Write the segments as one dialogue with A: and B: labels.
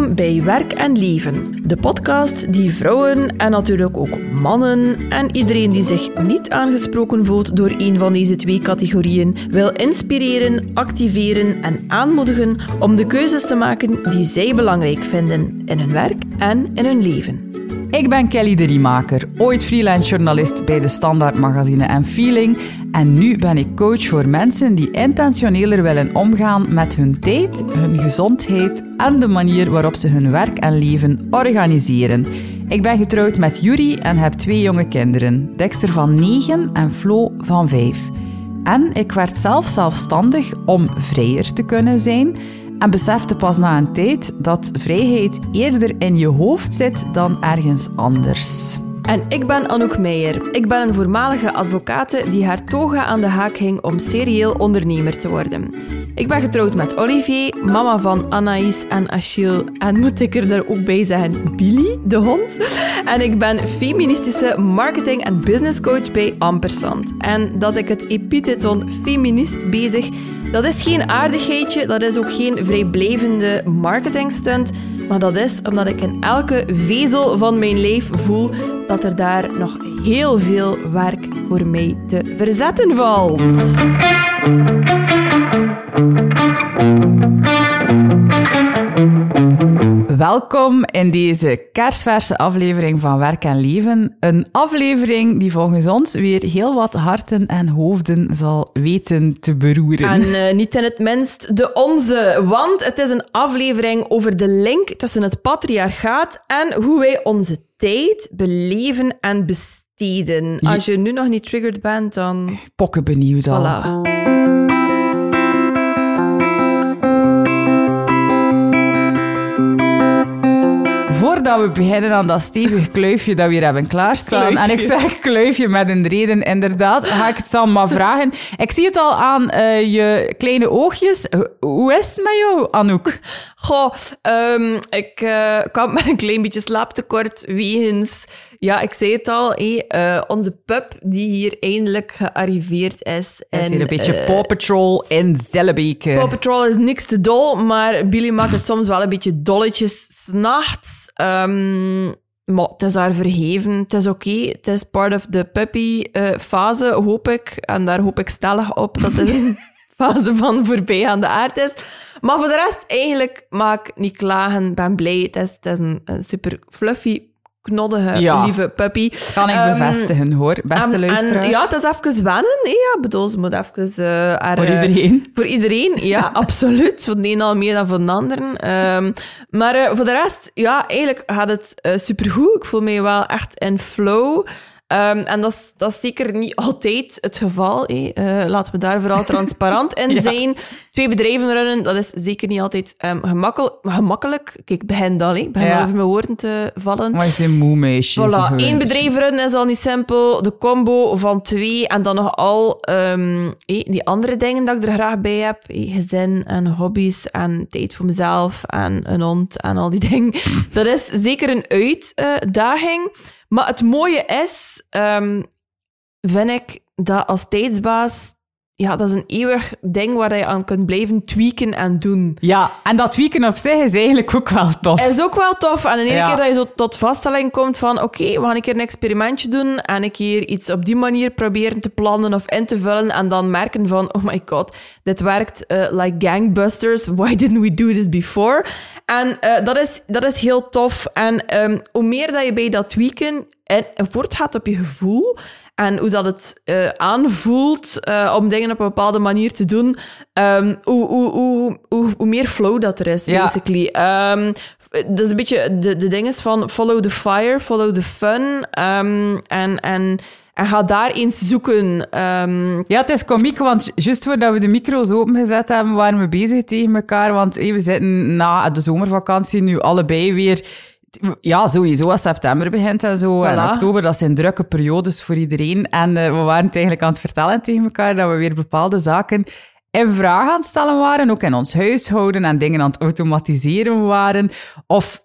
A: Welkom bij Werk en Leven, de podcast die vrouwen en natuurlijk ook mannen en iedereen die zich niet aangesproken voelt door een van deze twee categorieën wil inspireren, activeren en aanmoedigen om de keuzes te maken die zij belangrijk vinden in hun werk en in hun leven.
B: Ik ben Kelly de Riemaker, ooit freelance journalist bij De Standaard Magazine en Feeling. En nu ben ik coach voor mensen die intentioneler willen omgaan met hun tijd, hun gezondheid en de manier waarop ze hun werk en leven organiseren. Ik ben getrouwd met Yuri en heb 2 jonge kinderen, Dexter van 9 en Flo van 5. En ik werd zelf zelfstandig om vrijer te kunnen zijn en besefte pas na een tijd dat vrijheid eerder in je hoofd zit dan ergens anders.
A: En ik ben Anouk Meijer. Ik ben een voormalige advocate die haar toga aan de haak hing om serieel ondernemer te worden. Ik ben getrouwd met Olivier, mama van Anaïs en Achille. En moet ik er daar ook bij zeggen, Billy, de hond. En ik ben feministische marketing- en businesscoach bij Ampersand. En dat ik het epiteton feminist bezig, dat is geen aardigheidje, dat is ook geen vrijblijvende marketingstunt. Maar dat is omdat ik in elke vezel van mijn lijf voel dat er daar nog heel veel werk voor mij te verzetten valt.
B: Welkom in deze kersverse aflevering van Werk en Leven. Een aflevering die volgens ons weer heel wat harten en hoofden zal weten te beroeren.
A: En niet in het minst de onze, want het is een aflevering over de link tussen het patriarchaat en hoe wij onze tijd beleven en besteden. Als je nu nog niet triggered bent, dan...
B: Pokken benieuwd al.
A: Voilà.
B: Voordat we beginnen aan dat stevige kluifje dat we hier hebben klaarstaan,
A: Kluifje.
B: en ik zeg kluifje met een reden, inderdaad, ga ik het dan maar vragen. Ik zie het al aan je kleine oogjes. Hoe is het met jou, Anouk?
A: Goh, ik kwam met een klein beetje slaaptekort wegens... Ja, ik zei het al, onze pup die hier eindelijk gearriveerd is.
B: Dat is hier een beetje Paw Patrol in Zellebeke.
A: Paw Patrol is niks te dol, maar Billy maakt het soms wel een beetje dolletjes 's nachts. Maar het is haar vergeven, het is oké. Het is part of the puppy-fase, hoop ik. En daar hoop ik stellig op dat het een fase van voorbijgaande aard is. Maar voor de rest, eigenlijk mag ik niet klagen, ben blij. Het is een super fluffy, knoddige, lieve puppy.
B: Kan ik bevestigen, hoor, beste luisteraars.
A: En, ja, het is even wennen. Hè, ja. Ik bedoel, ze moet even...
B: voor iedereen.
A: Voor iedereen, ja, absoluut. Voor de een al meer dan voor de anderen. Maar voor de rest, ja, eigenlijk gaat het supergoed. Ik voel me wel echt in flow. En dat is zeker niet altijd het geval. Laten we daar vooral transparant in zijn. 2 bedrijven runnen, dat is zeker niet altijd gemakkelijk. Kijk, ik begin al over mijn woorden te vallen.
B: Maar je is een moe meisje.
A: Voilà, 1 bedrijf runnen is al niet simpel. De combo van 2 en dan nog al die andere dingen dat ik er graag bij heb. Gezin en hobby's en tijd voor mezelf en een hond en al die dingen. Dat is zeker een uitdaging. Maar het mooie is, vind ik, dat als tijdsbaas... Ja, dat is een eeuwig ding waar je aan kunt blijven tweaken en doen.
B: Ja, en dat tweaken op zich is eigenlijk ook wel tof.
A: Is ook wel tof. En in één keer dat je zo tot vaststelling komt van oké, we gaan een keer een experimentje doen en een keer iets op die manier proberen te plannen of in te vullen en dan merken van, oh my god, dit werkt like gangbusters. Why didn't we do this before? En dat is heel tof. En hoe meer dat je bij dat tweaken voortgaat op je gevoel... En hoe dat het aanvoelt om dingen op een bepaalde manier te doen, hoe meer flow dat er is, basically. Dat is een beetje de ding is van follow the fire, follow the fun. En ga daar eens zoeken.
B: Ja, het is komiek, want juist voordat we de micro's opengezet hebben, waren we bezig tegen elkaar. Want we zitten na de zomervakantie nu allebei weer... Ja, sowieso als september begint en zo. Voilà. En oktober, dat zijn drukke periodes voor iedereen. En we waren het eigenlijk aan het vertellen tegen elkaar dat we weer bepaalde zaken in vraag aan het stellen waren, ook in ons huishouden en dingen aan het automatiseren waren. Of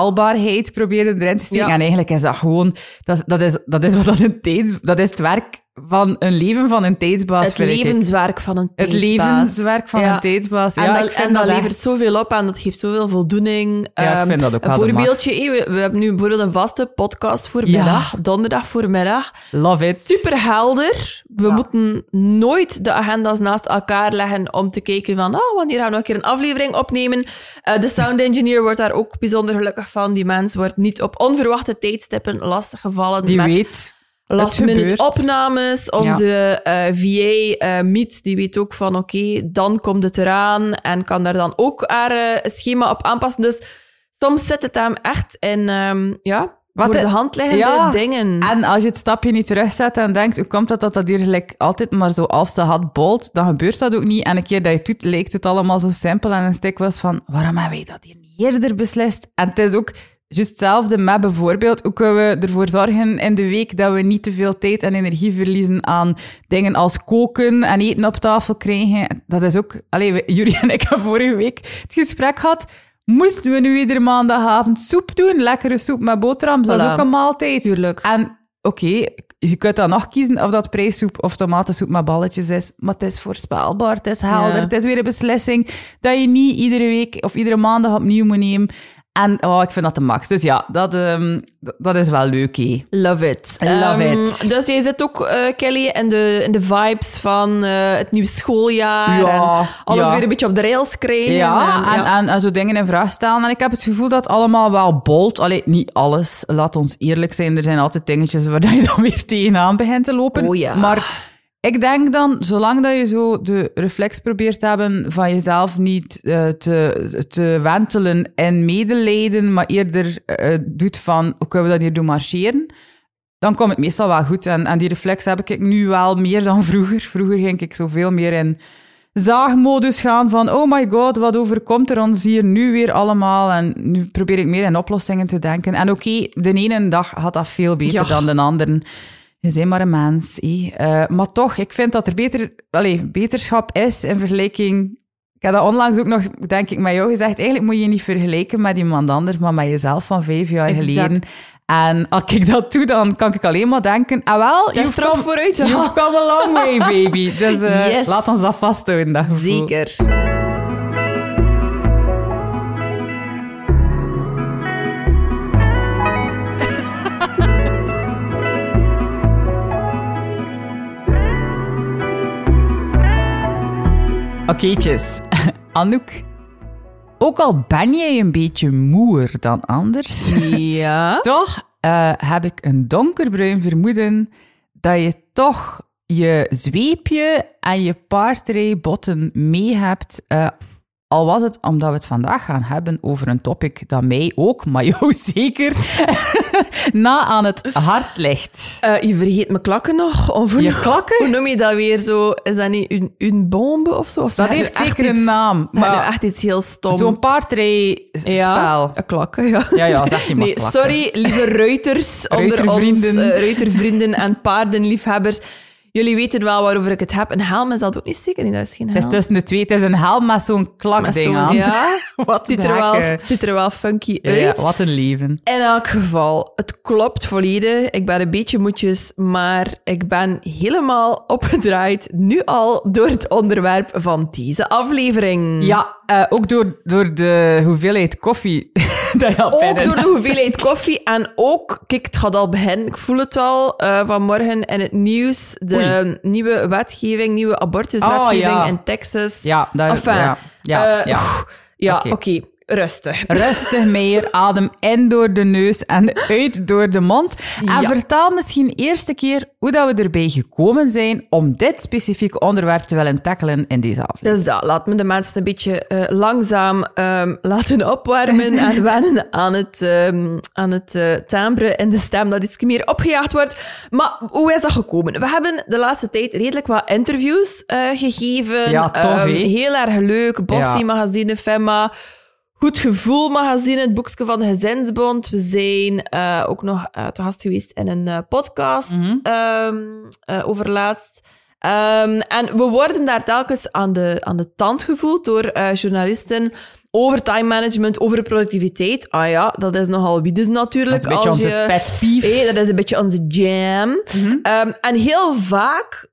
B: voorspelbaarheid probeerden erin te steken. Ja. En eigenlijk is dat gewoon... Dat is wat dat in tijd... Dat is het werk van een leven van een tijdsbaas.
A: Het levenswerk van een tijdsbaas.
B: Het levenswerk van een tijdsbaas. Ja,
A: en dat levert zoveel op en dat geeft zoveel voldoening.
B: Ja, ik vind dat ook wel
A: een voorbeeldje, we hebben nu bijvoorbeeld een vaste podcast voormiddag, donderdag voormiddag.
B: Love it.
A: Super helder. We moeten nooit de agenda's naast elkaar leggen om te kijken van, wanneer gaan we nog een keer een aflevering opnemen. De sound engineer wordt daar ook bijzonder gelukkig van. Die mens wordt niet op onverwachte tijdstippen lastiggevallen.
B: Die weet...
A: Last-minute opnames. Onze VA, Miet, die weet ook van oké, dan komt het eraan en kan daar dan ook haar schema op aanpassen. Dus soms zit het hem echt in voor de hand liggende dingen.
B: En als je het stapje niet terugzet en denkt, hoe komt dat hier gelijk altijd maar zo als ze had bolt, dan gebeurt dat ook niet. En een keer dat je het doet, lijkt het allemaal zo simpel en een stuk was van, waarom hebben wij dat hier niet eerder beslist? En het is ook... Juist hetzelfde met bijvoorbeeld, hoe kunnen we ervoor zorgen in de week dat we niet te veel tijd en energie verliezen aan dingen als koken en eten op tafel krijgen. Dat is ook... Jullie en ik hebben vorige week het gesprek gehad. Moesten we nu iedere maandagavond soep doen? Lekkere soep met boterham, dat is ook een maaltijd.
A: Tuurlijk.
B: En oké, je kunt dan nog kiezen of dat prijssoep of tomatensoep met balletjes is, maar het is voorspelbaar, het is helder, het is weer een beslissing dat je niet iedere week of iedere maandag opnieuw moet nemen. En ik vind dat de max. Dus ja, dat is wel leuk, hé.
A: Love it.
B: Love it.
A: Dus jij zit ook, Kelly, in de vibes van het nieuwe schooljaar.
B: Ja,
A: en alles weer een beetje op de rails krijgen.
B: Ja, en zo dingen in vraag stellen. En ik heb het gevoel dat allemaal wel bolt. Allee, niet alles. Laat ons eerlijk zijn. Er zijn altijd dingetjes waar je dan weer tegenaan begint te lopen.
A: Oh ja.
B: Maar... Ik denk dan, zolang dat je zo de reflex probeert te hebben van jezelf niet te wentelen in medelijden, maar eerder doet van, hoe kunnen we dat hier doen marcheren, dan komt het meestal wel goed. En die reflex heb ik nu wel meer dan vroeger. Vroeger ging ik zoveel meer in zaagmodus gaan van, oh my god, wat overkomt er ons hier nu weer allemaal? En nu probeer ik meer in oplossingen te denken. En oké, de ene dag had dat veel beter dan de andere. Je bent maar een mens. Maar toch, ik vind dat er beterschap is in vergelijking... Ik heb dat onlangs ook nog, denk ik, met jou gezegd. Eigenlijk moet je je niet vergelijken met iemand anders, maar met jezelf van 5 jaar geleden. En als ik dat doe, dan kan ik alleen maar denken...
A: you've
B: come a long way, baby. Dus laat ons dat vasthouden, dat gevoel.
A: Zeker.
B: Okéetjes. Anouk, ook al ben jij een beetje moer dan anders, toch heb ik een donkerbruin vermoeden dat je toch je zweepje en je paardrijbotten mee hebt. Al was het omdat we het vandaag gaan hebben over een topic dat mij ook, maar jou zeker, na aan het hart ligt.
A: Je vergeet mijn klakken nog. Of
B: je klakken?
A: Hoe noem je dat weer zo? Is dat niet een bombe of zo? Of
B: dat heeft zeker een naam.
A: Maar echt iets heel stom.
B: Zo'n paardrijspel.
A: Ja, klakken, ja.
B: Ja, zeg je maar klakken.
A: Sorry, lieve ruiters onder ons, ruitervrienden en paardenliefhebbers. Jullie weten wel waarover ik het heb. Een helm is dat ook niet zeker? Nee, dat is geen helm.
B: Het is tussen de twee. Het is een helm met zo'n klakding aan.
A: Ja, ziet er wel funky uit.
B: Ja, wat een leven.
A: In elk geval, het klopt volledig. Ik ben een beetje moedjes, maar ik ben helemaal opgedraaid, nu al, door het onderwerp van deze aflevering.
B: Ja, ook door de hoeveelheid koffie dat je al
A: ook door de hoeveelheid koffie en ook, kijk, het gaat al beginnen. Ik voel het al vanmorgen in het nieuws. De nieuwe wetgeving, nieuwe abortuswetgeving in Texas.
B: Ja, daar...
A: Oké. Rustig.
B: Rustig, Meijer. Adem in door de neus en uit door de mond. En vertel misschien eerst een keer hoe dat we erbij gekomen zijn om dit specifieke onderwerp te willen tackelen in deze aflevering.
A: Dus dat, laat me de mensen een beetje langzaam laten opwarmen en wennen aan het timbre in de stem dat iets meer opgejaagd wordt. Maar hoe is dat gekomen? We hebben de laatste tijd redelijk wat interviews gegeven.
B: Ja, tof,
A: heel erg leuk. Bossy Magazine, Femma... Goed Gevoel Magazine, het boekje van de Gezinsbond. We zijn ook nog te gast geweest in een podcast overlaatst. En we worden daar telkens aan de tand gevoeld door journalisten over time management, over productiviteit. Ah ja, dat is nogal wiedes natuurlijk.
B: Dat is een beetje onze pet peeve.
A: Dat is een beetje onze jam. En heel vaak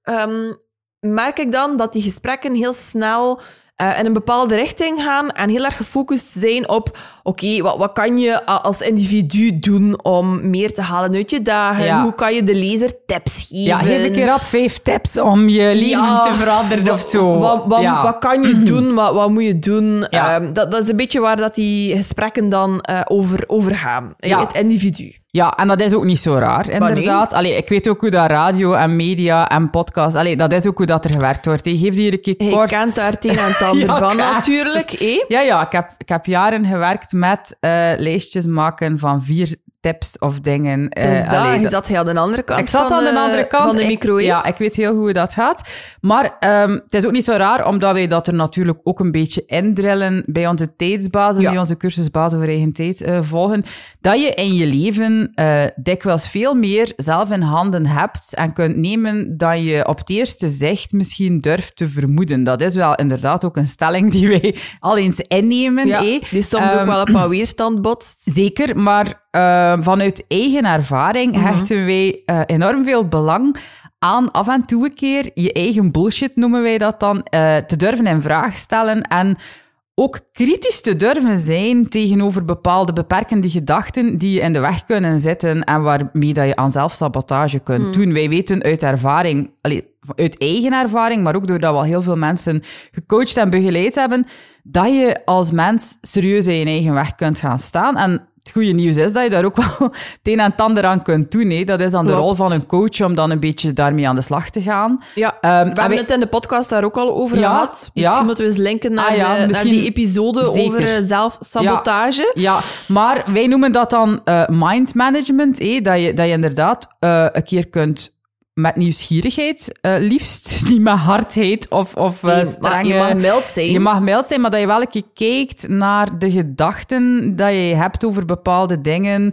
A: merk ik dan dat die gesprekken heel snel in een bepaalde richting gaan en heel erg gefocust zijn op oké, wat kan je als individu doen om meer te halen uit je dagen?
B: Ja.
A: Hoe kan je de lezer tips geven?
B: Ja, geef een keer op 5 tips om je leven te veranderen of zo.
A: Wat kan je doen? Wat moet je doen?
B: Ja.
A: Dat is een beetje waar dat die gesprekken dan over gaan.
B: Ja.
A: Het individu.
B: Ja, en dat is ook niet zo raar, inderdaad. Allee, ik weet ook hoe dat radio en media en podcast... Allee, dat is ook hoe dat er gewerkt wordt. Geef die een keer kort...
A: Je kent daar het een en het ander van, natuurlijk.
B: Ja, ik heb jaren gewerkt met lijstjes maken van 4 tips of dingen.
A: Je zat aan de andere kant.
B: Ik zat aan de andere kant
A: van de micro.
B: Ja, ik weet heel goed hoe dat gaat. Maar het is ook niet zo raar, omdat wij dat er natuurlijk ook een beetje indrillen bij onze tijdsbazen, die onze cursusbazen voor eigen tijd volgen, dat je in je leven dikwijls veel meer zelf in handen hebt en kunt nemen dan je op het eerste zicht misschien durft te vermoeden. Dat is wel inderdaad ook een stelling die wij al eens innemen.
A: Ja, die soms ook wel op wat weerstand botst.
B: Zeker, maar vanuit eigen ervaring hechten wij enorm veel belang aan af en toe een keer je eigen bullshit, noemen wij dat dan, te durven in vraag stellen en ook kritisch te durven zijn tegenover bepaalde beperkende gedachten die je in de weg kunnen zitten en waarmee dat je aan zelfsabotage kunt doen. Wij weten uit ervaring, uit eigen ervaring, maar ook doordat we al heel veel mensen gecoacht en begeleid hebben, dat je als mens serieus in je eigen weg kunt gaan staan. En het goede nieuws is dat je daar ook wel het een en het ander aan kunt doen. Hè. Dat is dan de rol van een coach om dan een beetje daarmee aan de slag te gaan.
A: Ja, we hebben het in de podcast daar ook al over gehad. Misschien moeten we eens linken naar die episode over zelfsabotage.
B: Ja, maar wij noemen dat dan mind management. Dat je inderdaad een keer kunt met nieuwsgierigheid, liefst. Niet met hardheid of strenge...
A: Je mag mild zijn.
B: Je mag mild zijn, maar dat je wel een keer kijkt naar de gedachten dat je hebt over bepaalde dingen.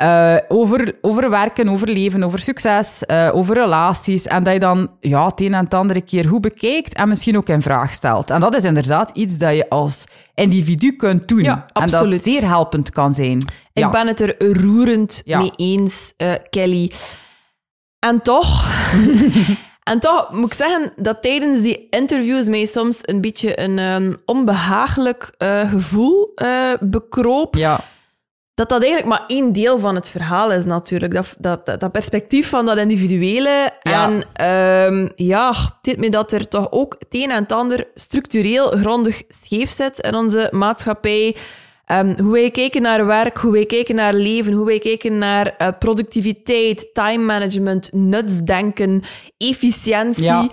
B: Over werken, over leven, over succes, over relaties. En dat je dan het een en het andere keer goed bekijkt en misschien ook in vraag stelt. En dat is inderdaad iets dat je als individu kunt doen.
A: Ja, absoluut.
B: En dat zeer helpend kan zijn.
A: Ik ben het er roerend mee eens, Kelly. En toch moet ik zeggen dat tijdens die interviews mij soms een beetje een onbehagelijk gevoel bekroop.
B: Ja.
A: Dat eigenlijk maar één deel van het verhaal is natuurlijk. Dat perspectief van dat individuele.
B: Ja.
A: En het deed me dat er toch ook het een en het ander structureel grondig scheef zit in onze maatschappij. Hoe wij kijken naar werk, hoe wij kijken naar leven, hoe wij kijken naar productiviteit, time management, nutsdenken, efficiëntie.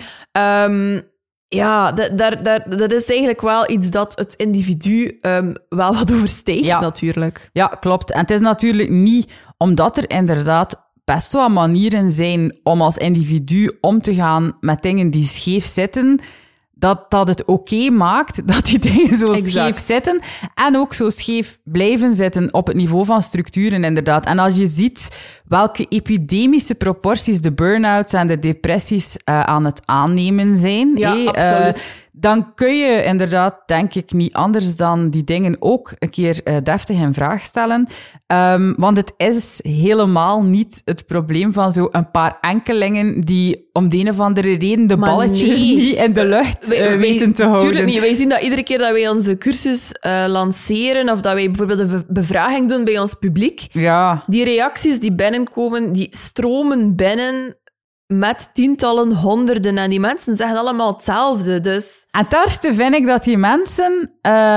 A: Ja. Dat is eigenlijk wel iets dat het individu wel wat overstijgt, natuurlijk.
B: Ja, klopt. En het is natuurlijk niet omdat er inderdaad best wel manieren zijn om als individu om te gaan met dingen die scheef zitten, dat het oké maakt dat die dingen zo scheef zitten en ook zo scheef blijven zitten op het niveau van structuren, inderdaad. En als je ziet welke epidemische proporties de burn-outs en de depressies aan het aannemen zijn,
A: absoluut.
B: Dan kun je inderdaad, denk ik, niet anders dan die dingen ook een keer deftig in vraag stellen. Want het is helemaal niet het probleem van zo een paar enkelingen die om de een of andere reden de balletjes niet in de lucht weten te houden.
A: Tuurlijk niet. Wij zien dat iedere keer dat wij onze cursus lanceren of dat wij bijvoorbeeld een bevraging doen bij ons publiek.
B: Ja.
A: Die reacties die binnenkomen, die stromen binnen met tientallen, honderden. En die mensen zeggen allemaal hetzelfde. Dus.
B: En het ergste vind ik dat die mensen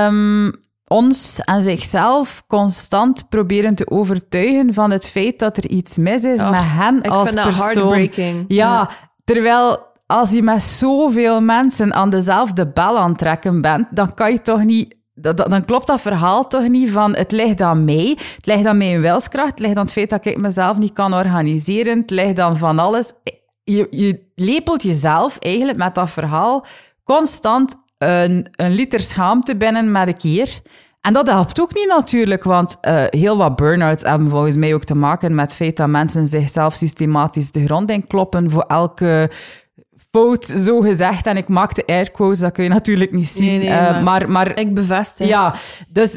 B: ons en zichzelf constant proberen te overtuigen van het feit dat er iets mis is met hen als persoon. Ik vind dat
A: heartbreaking.
B: Ja, terwijl als je met zoveel mensen aan dezelfde bel aan het trekken bent, dan kan je toch niet... Dan klopt dat verhaal toch niet van het ligt aan mij, het ligt aan mijn wilskracht, het ligt aan het feit dat ik mezelf niet kan organiseren, het ligt aan van alles. Je lepelt jezelf eigenlijk met dat verhaal constant een liter schaamte binnen met een keer. En dat helpt ook niet natuurlijk, want heel wat burn-outs hebben volgens mij ook te maken met het feit dat mensen zichzelf systematisch de grond in kloppen voor elke fout, zo gezegd. En ik maakte airquotes, dat kun je natuurlijk niet zien.
A: Nee,
B: maar
A: ik bevestig.
B: Ja, dus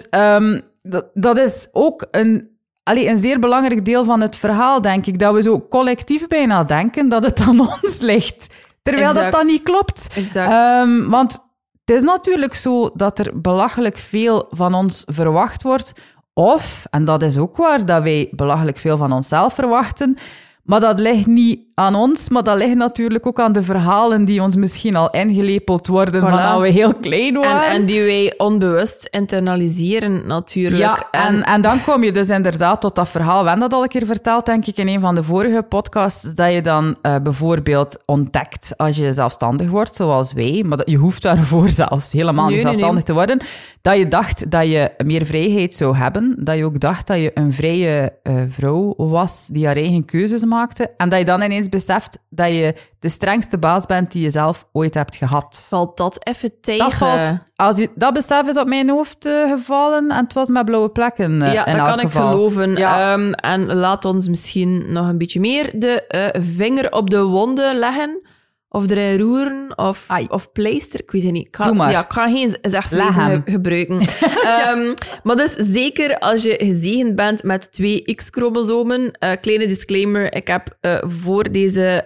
B: dat is ook een zeer belangrijk deel van het verhaal, denk ik. Dat we zo collectief bijna denken dat het aan ons ligt. Terwijl dat niet klopt.
A: Exact.
B: Want het is natuurlijk zo dat er belachelijk veel van ons verwacht wordt. Of, en dat is ook waar, dat wij belachelijk veel van onszelf verwachten. Maar dat ligt niet aan ons, maar dat ligt natuurlijk ook aan de verhalen die ons misschien al ingelepeld worden vanaf we heel klein waren.
A: En die wij onbewust internaliseren natuurlijk.
B: Ja, en dan kom je dus inderdaad tot dat verhaal. We hebben dat al een keer verteld, denk ik, in een van de vorige podcasts, dat je dan bijvoorbeeld ontdekt als je zelfstandig wordt, zoals wij, maar je hoeft daarvoor zelfs helemaal niet zelfstandig te worden, dat je dacht dat je meer vrijheid zou hebben, dat je ook dacht dat je een vrije vrouw was die haar eigen keuzes maakte, en dat je dan ineens beseft dat je de strengste baas bent die je zelf ooit hebt gehad.
A: Valt dat even tegen?
B: Dat besef is op mijn hoofd gevallen en het was met blauwe plekken in elk geval.
A: Ja, dat kan ik geloven. Ja. En laat ons misschien nog een beetje meer de vinger op de wonden leggen. Of erin roeren, of pleister, ik weet het niet. Ik ga geen zegslezen gebruiken. Maar dus zeker als je gezegend bent met 2 X-chromosomen. Kleine disclaimer, ik heb voor deze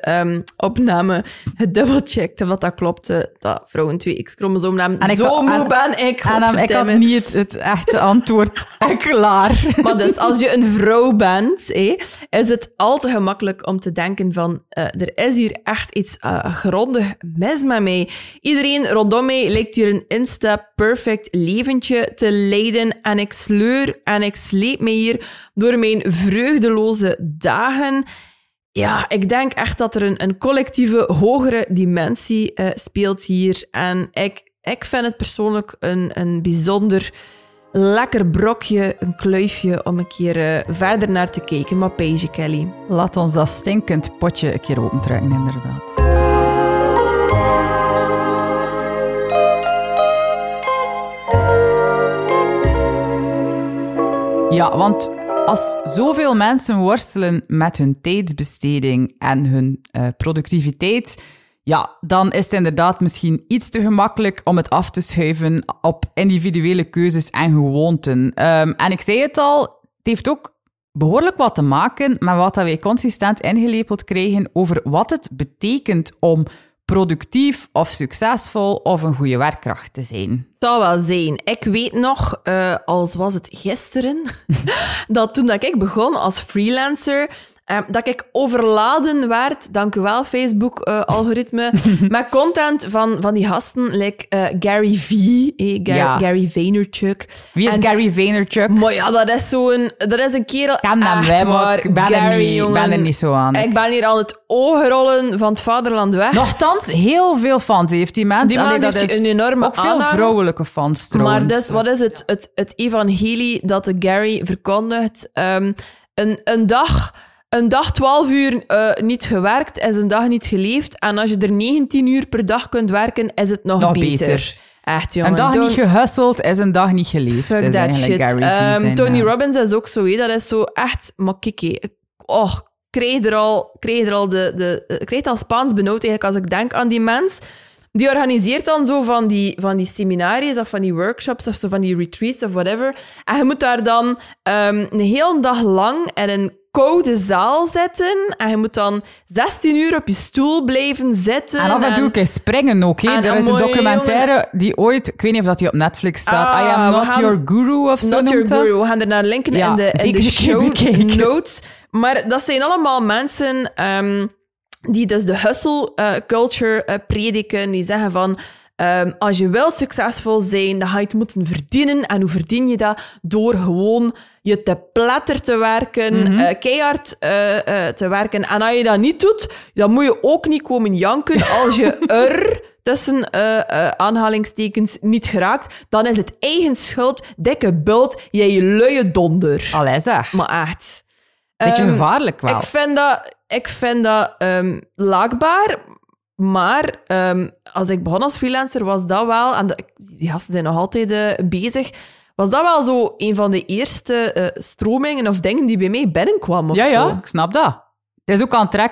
A: opname gedoublecheckt of dat klopte, dat vrouwen 2 X-chromosomen hebben. En moe ben ik.
B: En ik had niet het echte antwoord klaar.
A: Maar dus, als je een vrouw bent, is het al te gemakkelijk om te denken van er is hier echt iets grondig mis met mij. Iedereen rondom mij lijkt hier een Insta-perfect leventje te leiden en ik sleur en ik sleep me hier door mijn vreugdeloze dagen. Ja, ik denk echt dat er een collectieve, hogere dimensie speelt hier. En ik vind het persoonlijk een bijzonder lekker brokje, een kluifje om een keer verder naar te kijken. Maar Paige Kelly.
B: Laat ons dat stinkend potje een keer opentrekken, inderdaad. Ja, want als zoveel mensen worstelen met hun tijdsbesteding en hun productiviteit, ja, dan is het inderdaad misschien iets te gemakkelijk om het af te schuiven op individuele keuzes en gewoonten. En ik zei het al, het heeft ook behoorlijk wat te maken met wat wij consistent ingelepeld krijgen over wat het betekent om productief of succesvol of een goede werkkracht te zijn.
A: Het zou wel zijn. Ik weet nog, als was het gisteren, dat toen ik begon als freelancer, dat ik overladen werd, dank u wel Facebook-algoritme, met content van die gasten, like Gary V, Gary Vaynerchuk.
B: Wie is Gary Vaynerchuk?
A: Maar ja, dat is een kerel.
B: Ken hem, wij, maar ik ben er niet zo aan.
A: Ik ben hier aan het oogrollen van het vaderland weg.
B: Nochtans, heel veel fans heeft die man.
A: Die man heeft een enorme
B: ook veel vrouwelijke fans trouwens.
A: Maar dus, wat is het evangelie dat de Gary verkondigt? Een dag 12 uur niet gewerkt is een dag niet geleefd. En als je er 19 uur per dag kunt werken, is het nog beter. Echt, jongen.
B: Een dag niet gehusteld is een dag niet geleefd.
A: Fuck that shit. Tony Robbins is ook zo, dat is zo echt... Maar kijk, krijg al Spaans benauwd eigenlijk als ik denk aan die mens. Die organiseert dan zo van die seminariës of van die workshops of zo van die retreats of whatever. En je moet daar dan een hele dag lang in een koude zaal zitten en je moet dan 16 uur op je stoel blijven zitten.
B: En af en toe kan je springen ook. Er is een documentaire die ooit... Ik weet niet of die op Netflix staat. I am not your guru of zo.
A: Not your guru. We gaan er naar linken in de show notes. Maar dat zijn allemaal mensen die dus de hustle culture prediken. Die zeggen van... als je wil succesvol zijn, dan ga je het moeten verdienen. En hoe verdien je dat? Door gewoon je te platter te werken, keihard te werken. En als je dat niet doet, dan moet je ook niet komen janken als je tussen aanhalingstekens niet geraakt. Dan is het eigen schuld, dikke bult, jij luie donder.
B: Allee zeg.
A: Maar echt.
B: Beetje gevaarlijk wel.
A: Ik vind dat laakbaar. Maar als ik begon als freelancer, was dat wel... En die gasten zijn nog altijd bezig. Was dat wel zo een van de eerste stromingen of dingen die bij mij binnenkwamen?
B: Ja, ik snap dat. Het is ook aantrekkelijk.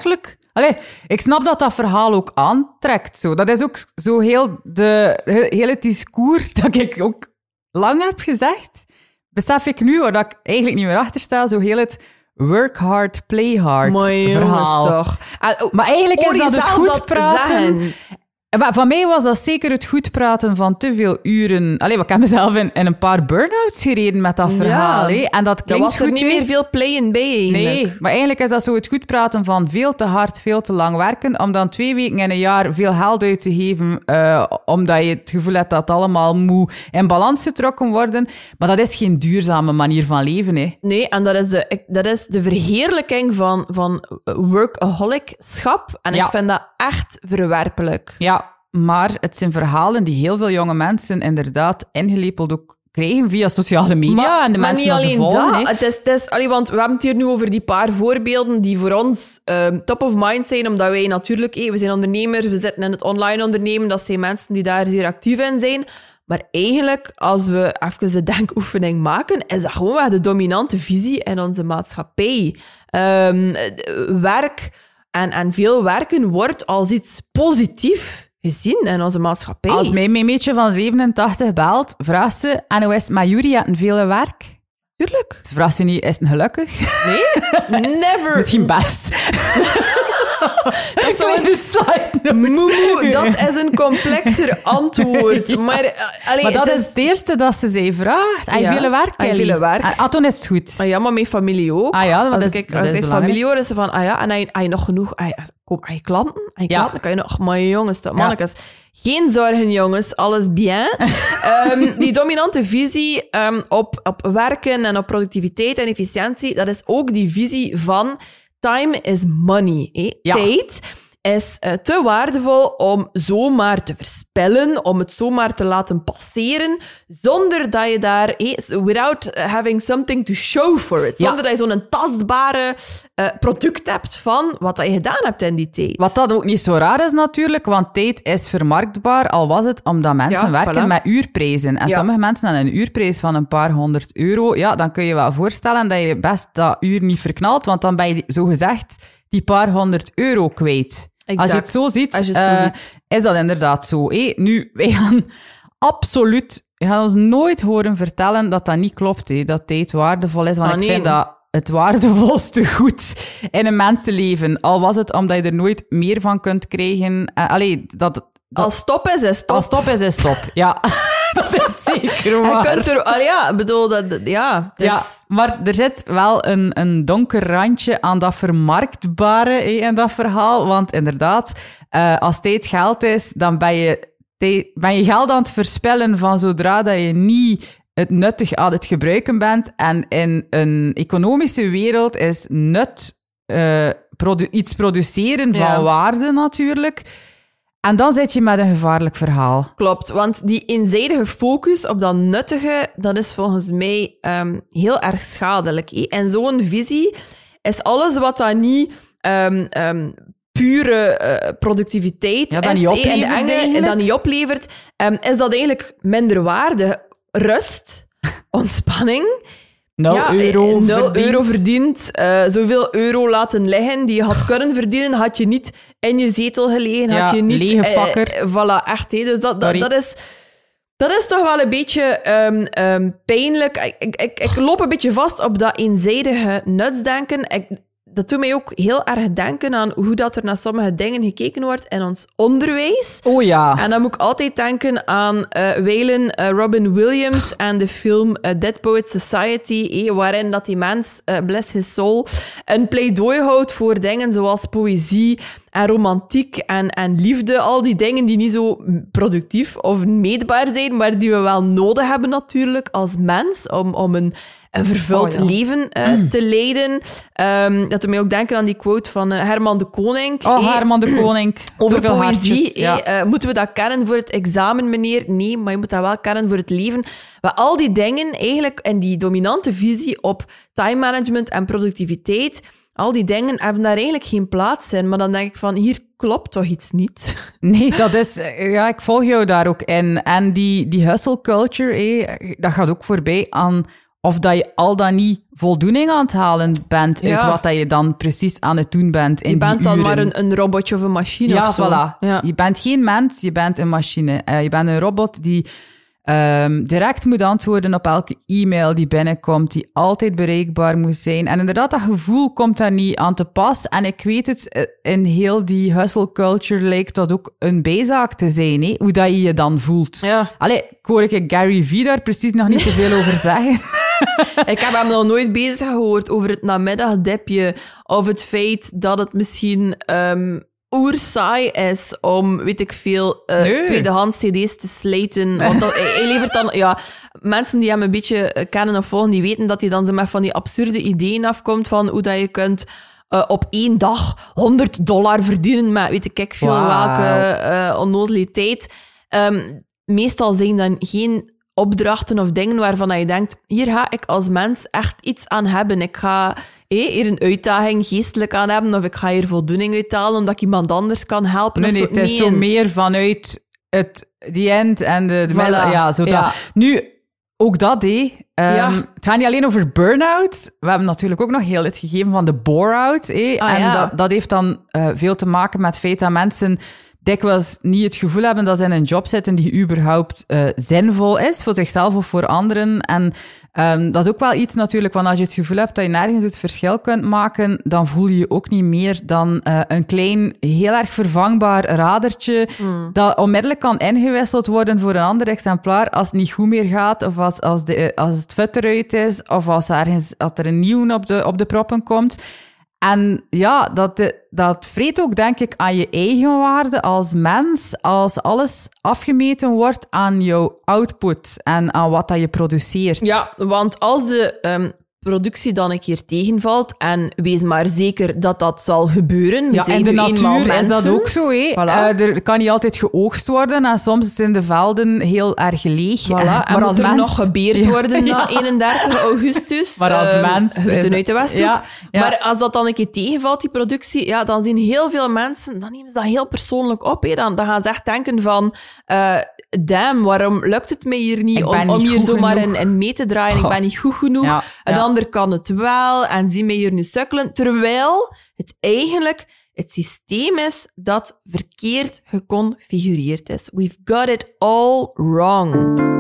B: Allee, ik snap dat verhaal ook aantrekt. Zo. Dat is ook zo heel het discours dat ik ook lang heb gezegd. Besef ik nu, waar ik eigenlijk niet meer achter sta, zo heel het work hard, play hard verhaal.
A: Toch.
B: Maar eigenlijk is dat het goed praten. Maar van mij was dat zeker het goed praten van te veel uren. Allee, ik heb mezelf in een paar burn-outs gereden met dat verhaal.
A: Ja,
B: en dat klinkt
A: was er
B: goed,
A: niet meer veel playen bij eigenlijk.
B: Nee, maar eigenlijk is dat zo het goed praten van veel te hard, veel te lang werken, om dan 2 weken in een jaar veel geld uit te geven, omdat je het gevoel hebt dat het allemaal moet in balans getrokken worden. Maar dat is geen duurzame manier van leven, hè.
A: Nee, en dat is de verheerlijking van workaholic-schap. En ik vind dat echt verwerpelijk.
B: Ja, maar het zijn verhalen die heel veel jonge mensen inderdaad ingelepeld ook krijgen via sociale media en de mensen die ze volgen.
A: Het is, want we hebben het hier nu over die paar voorbeelden die voor ons top of mind zijn, omdat wij natuurlijk, we zijn ondernemers, we zitten in het online ondernemen, dat zijn mensen die daar zeer actief in zijn. Maar eigenlijk, als we even de denkoefening maken, is dat gewoon wel de dominante visie in onze maatschappij. Werk en veel werken wordt als iets positiefs gezien in onze maatschappij.
B: Als mijn meetje van 87 belt, vraagt ze, en hoe is het met jullie? Had een veel werk?
A: Tuurlijk.
B: Ze vraagt ze niet, is het gelukkig?
A: Nee, never.
B: Misschien best.
A: Dat is zo'n dat is een complexer antwoord. Maar
B: dat is het eerste dat ze zei vraagt. Heb je veel werk, Kelly?
A: Veel werk.
B: Toen is het goed.
A: Ja, maar mijn familie ook.
B: Als
A: ik familie hoor, is ze van, en heb je nog genoeg... Heb je klanten? Dan kan je nog... Maar jongens, mannetjes... Geen zorgen, jongens. Alles bien. Die dominante visie op werken en op productiviteit en efficiëntie, dat is ook die visie van time is money. Tijd is te waardevol om zomaar te verspillen, om het zomaar te laten passeren, zonder dat je daar... without having something to show for it. Zonder dat je zo'n tastbare product hebt van wat je gedaan hebt in die tijd.
B: Wat dat ook niet zo raar is natuurlijk, want tijd is vermarktbaar, al was het omdat mensen werken met uurprijzen. En sommige mensen hebben een uurprijs van een paar €100. Ja, dan kun je wel voorstellen dat je best dat uur niet verknalt, want dan ben je zogezegd die paar €100 kwijt.
A: Exact.
B: Als je het zo ziet, is dat inderdaad zo. Nu, wij gaan we gaan ons nooit horen vertellen dat dat niet klopt, dat tijd waardevol is, want ik vind dat het waardevolste goed in een mensenleven. Al was het omdat je er nooit meer van kunt krijgen.
A: Als stop is, is stop.
B: Als stop is stop, ja. Dat is zeker waar.
A: Je kunt er...
B: maar er zit wel een donker randje aan dat vermarktbare in dat verhaal. Want inderdaad, als tijd geld is, dan ben je geld aan het verspillen van zodra dat je niet het nuttig aan het gebruiken bent. En in een economische wereld is nut iets produceren van waarde natuurlijk. En dan zit je met een gevaarlijk verhaal.
A: Klopt, want die eenzijdige focus op dat nuttige, dat is volgens mij heel erg schadelijk. En zo'n visie is alles wat dan niet pure productiviteit
B: dat niet oplevert,
A: en dat niet oplevert, is dat eigenlijk minder waarde. Rust, ontspanning...
B: 0 euro
A: verdiend. Zoveel euro laten liggen die je had kunnen verdienen, had je niet in je zetel gelegen, had je niet...
B: lege vakker.
A: Voilà, echt. Dus dat is toch wel een beetje pijnlijk. Ik loop een beetje vast op dat eenzijdige nutsdenken. Dat doet mij ook heel erg denken aan hoe dat er naar sommige dingen gekeken wordt in ons onderwijs.
B: Oh ja.
A: En dan moet ik altijd denken aan wijlen Robin Williams en de film Dead Poets Society, waarin dat die mens, bless his soul, een pleidooi houdt voor dingen zoals poëzie en romantiek en liefde. Al die dingen die niet zo productief of meetbaar zijn, maar die we wel nodig hebben natuurlijk als mens om een vervuld leven te leiden. Dat doet mij ook denken aan die quote van Herman de Koning.
B: Herman de Koning.
A: Over poëzie. Moeten we dat kennen voor het examen, meneer? Nee, maar je moet dat wel kennen voor het leven. Maar al die dingen eigenlijk en die dominante visie op time management en productiviteit, al die dingen hebben daar eigenlijk geen plaats in. Maar dan denk ik van, hier klopt toch iets niet?
B: Nee, dat is... Ja, ik volg jou daar ook in. En die hustle culture, dat gaat ook voorbij aan of dat je al dan niet voldoening aan het halen bent uit wat dat je dan precies aan het doen bent in die uren.
A: Je bent dan maar een robotje of een machine of zo.
B: Voilà. Ja. Je bent geen mens, je bent een machine. Je bent een robot die direct moet antwoorden op elke e-mail die binnenkomt, die altijd bereikbaar moet zijn. En inderdaad, dat gevoel komt daar niet aan te pas. En ik weet het, in heel die hustle culture lijkt dat ook een bijzaak te zijn, hè? Hoe dat je je dan voelt.
A: Ja.
B: Allee, ik hoor Gary Vee daar precies nog niet te veel over zeggen.
A: Ik heb hem nog nooit bezig gehoord over het namiddagdipje of het feit dat het misschien oersaai is om, weet ik veel, tweedehands cd's te slijten. Want hij levert dan... mensen die hem een beetje kennen of volgen, die weten dat hij dan zo met van die absurde ideeën afkomt van hoe dat je kunt op 1 dag $100 verdienen met, weet ik veel, welke onnozelheid. Meestal zijn dan geen opdrachten of dingen waarvan je denkt, hier ga ik als mens echt iets aan hebben. Ik ga hier een uitdaging geestelijk aan hebben, of ik ga hier voldoening uithalen omdat ik iemand anders kan helpen.
B: Nee, het is zo meer vanuit the end en de middel. Ja, zo dat. Nu, ook dat, het gaat niet alleen over burn-out. We hebben natuurlijk ook nog heel het gegeven van de bore-out. Dat heeft dan veel te maken met het feit dat mensen dikwijls niet het gevoel hebben dat ze in een job zitten die überhaupt zinvol is, voor zichzelf of voor anderen. En dat is ook wel iets natuurlijk, want als je het gevoel hebt dat je nergens het verschil kunt maken, dan voel je je ook niet meer dan een klein, heel erg vervangbaar radertje dat onmiddellijk kan ingewisseld worden voor een ander exemplaar als het niet goed meer gaat, of als het vet eruit is, of als er een nieuw op de proppen komt. En ja, dat vreet ook, denk ik, aan je eigenwaarde als mens, als alles afgemeten wordt aan jouw output en aan wat dat je produceert.
A: Ja, want als de productie dan een keer tegenvalt, en wees maar zeker dat dat zal gebeuren.
B: Ja, in de natuur is dat ook zo. Voilà. Er kan niet altijd geoogst worden en soms zijn de velden heel erg leeg.
A: Voilà. Maar als er nog gebeerd worden na 31 augustus.
B: Maar als mens...
A: Groeten uit de Westhoek. Ja. Maar als dat dan een keer tegenvalt, die productie, dan zien heel veel mensen, dan nemen ze dat heel persoonlijk op. Dan gaan ze echt denken van... damn, waarom lukt het mij hier niet om hier zomaar in mee te draaien? Ik ben niet goed genoeg. Ja, een ander kan het wel en zie mij hier nu sukkelen. Terwijl het eigenlijk het systeem is dat verkeerd geconfigureerd is. We've got it all wrong.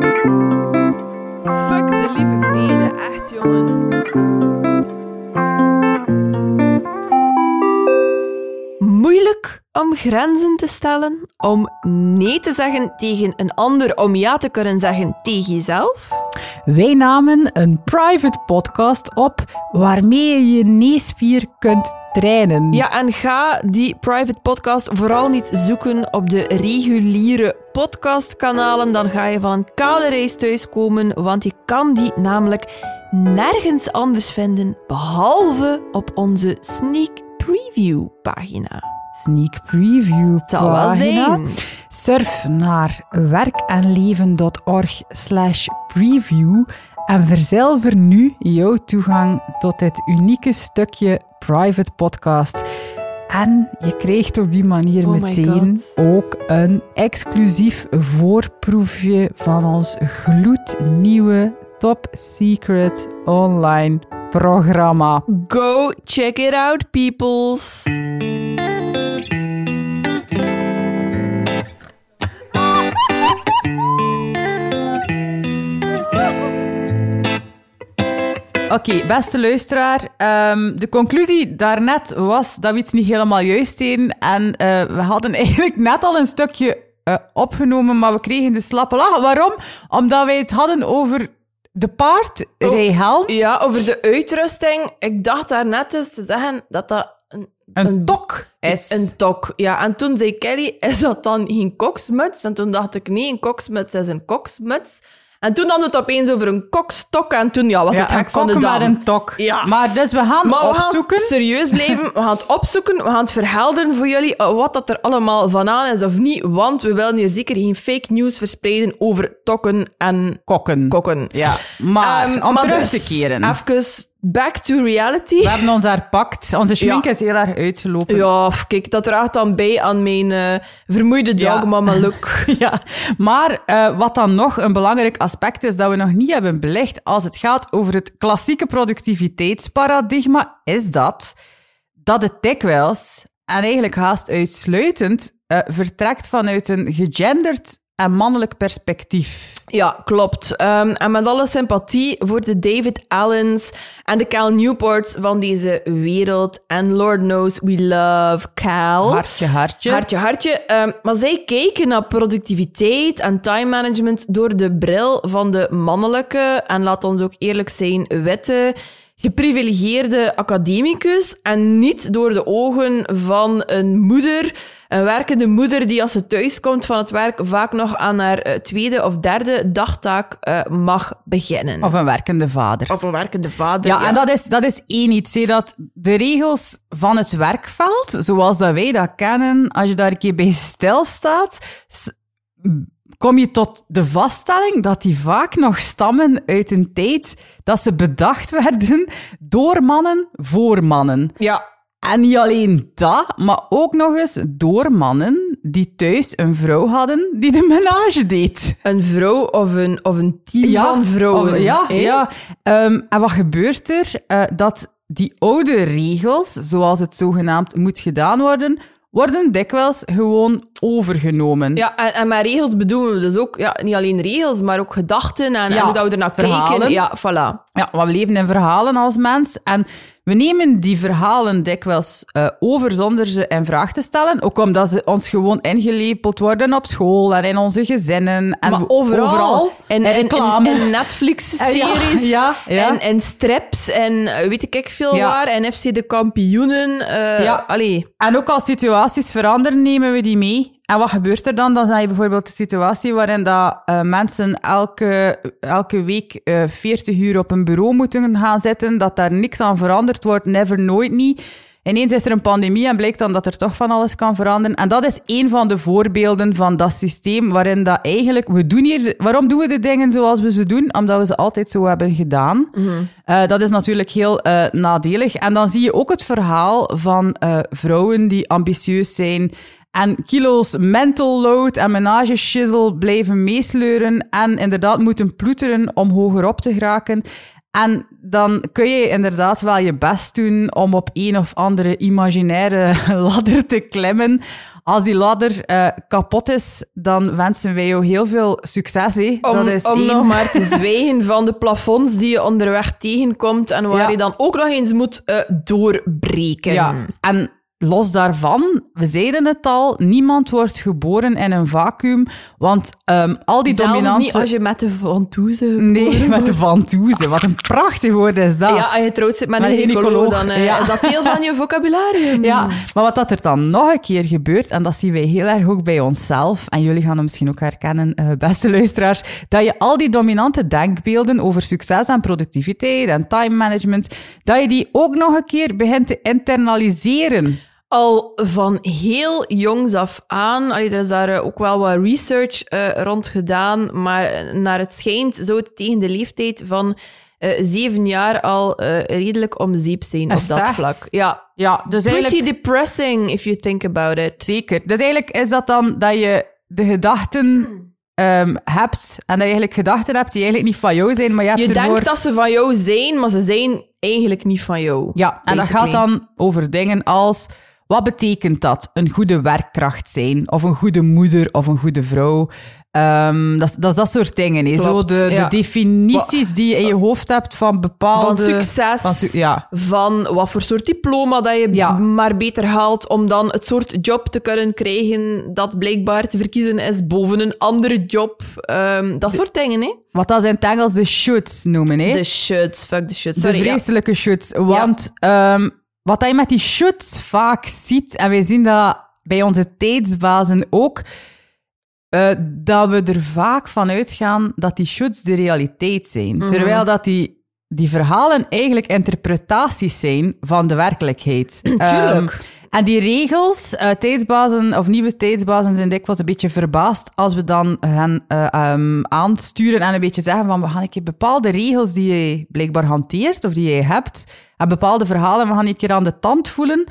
A: Fuck de lieve vrede, echt jongen. Moeilijk om grenzen te stellen, om nee te zeggen tegen een ander, om ja te kunnen zeggen tegen jezelf.
B: Wij namen een private podcast op waarmee je je nee-spier kunt trainen.
A: Ja, en ga die private podcast vooral niet zoeken op de reguliere podcastkanalen. Dan ga je van een kale reis thuiskomen, want je kan die namelijk nergens anders vinden, behalve op onze Sneak Preview pagina.
B: Sneak Preview pagina.
A: Surf
B: naar werkenleven.org/preview en verzilver nu jouw toegang tot dit unieke stukje private podcast. En je krijgt op die manier meteen ook een exclusief voorproefje van ons gloednieuwe top secret online programma.
A: Go check it out, peoples!
B: Oké, beste luisteraar. De conclusie daarnet was dat we iets niet helemaal juist deden. En we hadden eigenlijk net al een stukje opgenomen, maar we kregen de slappe lach. Waarom? Omdat wij het hadden over de paardrijhelm.
A: Ja, over de uitrusting. Ik dacht daarnet dus te zeggen dat dat
B: een tok is.
A: Een tok, ja. En toen zei Kelly, is dat dan geen koksmuts? En toen dacht ik, nee, een koksmuts is een koksmuts. En toen hadden we het opeens over een kokstok. En toen was het hek van de dag.
B: Maar een tok.
A: Ja.
B: Maar dus we gaan opzoeken.
A: We gaan serieus blijven. We gaan het opzoeken. We gaan het verhelderen voor jullie. Wat dat er allemaal vanaan is of niet. Want we willen hier zeker geen fake news verspreiden over tokken en
B: kokken.
A: Kokken.
B: Ja. Maar om terug te keren.
A: Even back to reality.
B: We hebben ons herpakt. Onze schmink is heel erg uitgelopen.
A: Ja, kijk, dat draagt dan bij aan mijn vermoeide dagmama look.
B: Ja, maar wat dan nog een belangrijk aspect is dat we nog niet hebben belicht als het gaat over het klassieke productiviteitsparadigma, is dat het dikwijls, en eigenlijk haast uitsluitend, vertrekt vanuit een gegenderd en mannelijk perspectief.
A: Ja, klopt. En met alle sympathie voor de David Allens en de Cal Newports van deze wereld. En Lord knows we love Cal. Hartje. Maar zij kijken naar productiviteit en time management door de bril van de mannelijke, en laat ons ook eerlijk zijn, witte, geprivilegeerde academicus en niet door de ogen van een moeder, een werkende moeder die als ze thuiskomt van het werk vaak nog aan haar tweede of derde dagtaak mag beginnen.
B: Of een werkende vader.
A: Ja,
B: en dat is één iets, dat de regels van het werkveld, zoals dat wij dat kennen, als je daar een keer bij stilstaat, kom je tot de vaststelling dat die vaak nog stammen uit een tijd dat ze bedacht werden door mannen voor mannen.
A: Ja.
B: En niet alleen dat, maar ook nog eens door mannen die thuis een vrouw hadden die de menage deed.
A: Een vrouw of een team van vrouwen.
B: En wat gebeurt er? Dat die oude regels, zoals het zogenaamd moet gedaan worden dikwijls gewoon overgenomen.
A: Ja, en met regels bedoelen we dus ook niet alleen regels, maar ook gedachten en hoe dat we ernaar
B: verhalen.
A: kijken. Ja, voilà.
B: Ja, want we leven in verhalen als mens en we nemen die verhalen dikwijls over zonder ze in vraag te stellen. Ook omdat ze ons gewoon ingelepeld worden op school en in onze gezinnen. En
A: maar overal.
B: In reclame.
A: In Netflix-series. En strips en weet ik veel waar. En FC de Kampioenen.
B: En ook als situaties veranderen, nemen we die mee. En wat gebeurt er dan? Dan heb je bijvoorbeeld de situatie waarin dat, mensen elke week 40 uur op een bureau moeten gaan zitten, dat daar niks aan veranderd wordt, never, nooit niet. Ineens is er een pandemie en blijkt dan dat er toch van alles kan veranderen. En dat is één van de voorbeelden van dat systeem waarin dat eigenlijk... Waarom doen we de dingen zoals we ze doen? Omdat we ze altijd zo hebben gedaan. Mm-hmm. Dat is natuurlijk heel nadelig. En dan zie je ook het verhaal van vrouwen die ambitieus zijn en kilo's mental load en menage shizzle blijven meesleuren en inderdaad moeten ploeteren om hoger op te geraken. En dan kun je inderdaad wel je best doen om op een of andere imaginaire ladder te klimmen. Als die ladder kapot is, dan wensen wij jou heel veel succes.
A: Om nog maar te zwijgen van de plafonds die je onderweg tegenkomt en waar je dan ook nog eens moet doorbreken.
B: Ja, en los daarvan, we zeiden het al, niemand wordt geboren in een vacuüm, want al die dominante...
A: Zelfs niet als je met de ventouse geboren
B: Nee, met de ventouse. Wat een prachtig woord is dat.
A: Ja, als je trouwt zit met een gynaecoloog, dan is dat deel van je vocabularium.
B: Ja, maar wat dat er dan nog een keer gebeurt, en dat zien wij heel erg ook bij onszelf, en jullie gaan het misschien ook herkennen, beste luisteraars, dat je al die dominante denkbeelden over succes en productiviteit en time management, dat je die ook nog een keer begint te internaliseren.
A: Al van heel jongs af aan, er is daar ook wel wat research rond gedaan, maar naar het schijnt zou het tegen de leeftijd van 7 jaar al redelijk om zeep zijn op dat vlak. Ja, dus pretty depressing if you think about it.
B: Zeker. Dus eigenlijk is dat dan dat je de gedachten hebt en dat je eigenlijk gedachten hebt die eigenlijk niet van jou zijn, maar je hebt
A: denkt dat ze van jou zijn, maar ze zijn eigenlijk niet van jou.
B: Ja, en dat gaat dan over dingen als... Wat betekent dat? Een goede werkkracht zijn? Of een goede moeder of een goede vrouw? Dat is dat soort dingen. Zo de definities die je in je hoofd hebt van bepaalde...
A: Van succes. Van wat voor soort diploma dat je maar beter haalt om dan het soort job te kunnen krijgen dat blijkbaar te verkiezen is boven een andere job. Dat soort dingen, hè?
B: Wat dat ze in het Engels de shoulds noemen, hè?
A: De shoulds. Fuck de shoulds. Sorry,
B: de vreselijke shoulds. Want... wat je met die shoulds vaak ziet, en wij zien dat bij onze tijdsbazen ook, dat we er vaak van uitgaan dat die shoulds de realiteit zijn. Terwijl dat die die verhalen eigenlijk interpretaties zijn van de werkelijkheid.
A: Tuurlijk.
B: En die regels, tijdsbazen of nieuwe tijdsbazen zijn dikwijls een beetje verbaasd als we dan hen aansturen en een beetje zeggen van we gaan een keer bepaalde regels die je blijkbaar hanteert of die je hebt en bepaalde verhalen, we gaan een keer aan de tand voelen.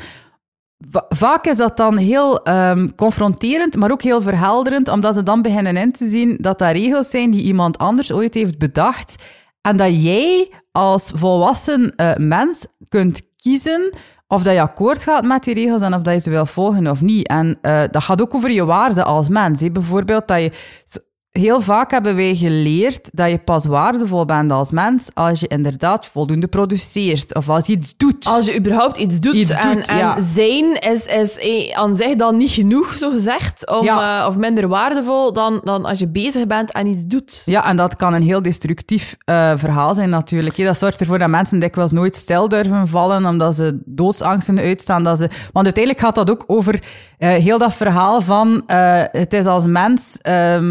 B: Vaak is dat dan heel confronterend, maar ook heel verhelderend, omdat ze dan beginnen in te zien dat dat regels zijn die iemand anders ooit heeft bedacht en dat jij als volwassen mens kunt kiezen of dat je akkoord gaat met die regels en of dat je ze wil volgen of niet. En dat gaat ook over je waarde als mens. Hè. Bijvoorbeeld dat je... Heel vaak hebben wij geleerd dat je pas waardevol bent als mens als je inderdaad voldoende produceert of als je iets doet.
A: Als je überhaupt iets doet. En zijn is aan zich dan niet genoeg, zo gezegd, of minder waardevol dan als je bezig bent en iets doet.
B: Ja, en dat kan een heel destructief verhaal zijn natuurlijk. Dat zorgt ervoor dat mensen dikwijls nooit stil durven vallen, omdat ze doodsangsten uitstaan. Want uiteindelijk gaat dat ook over heel dat verhaal van het is als mens...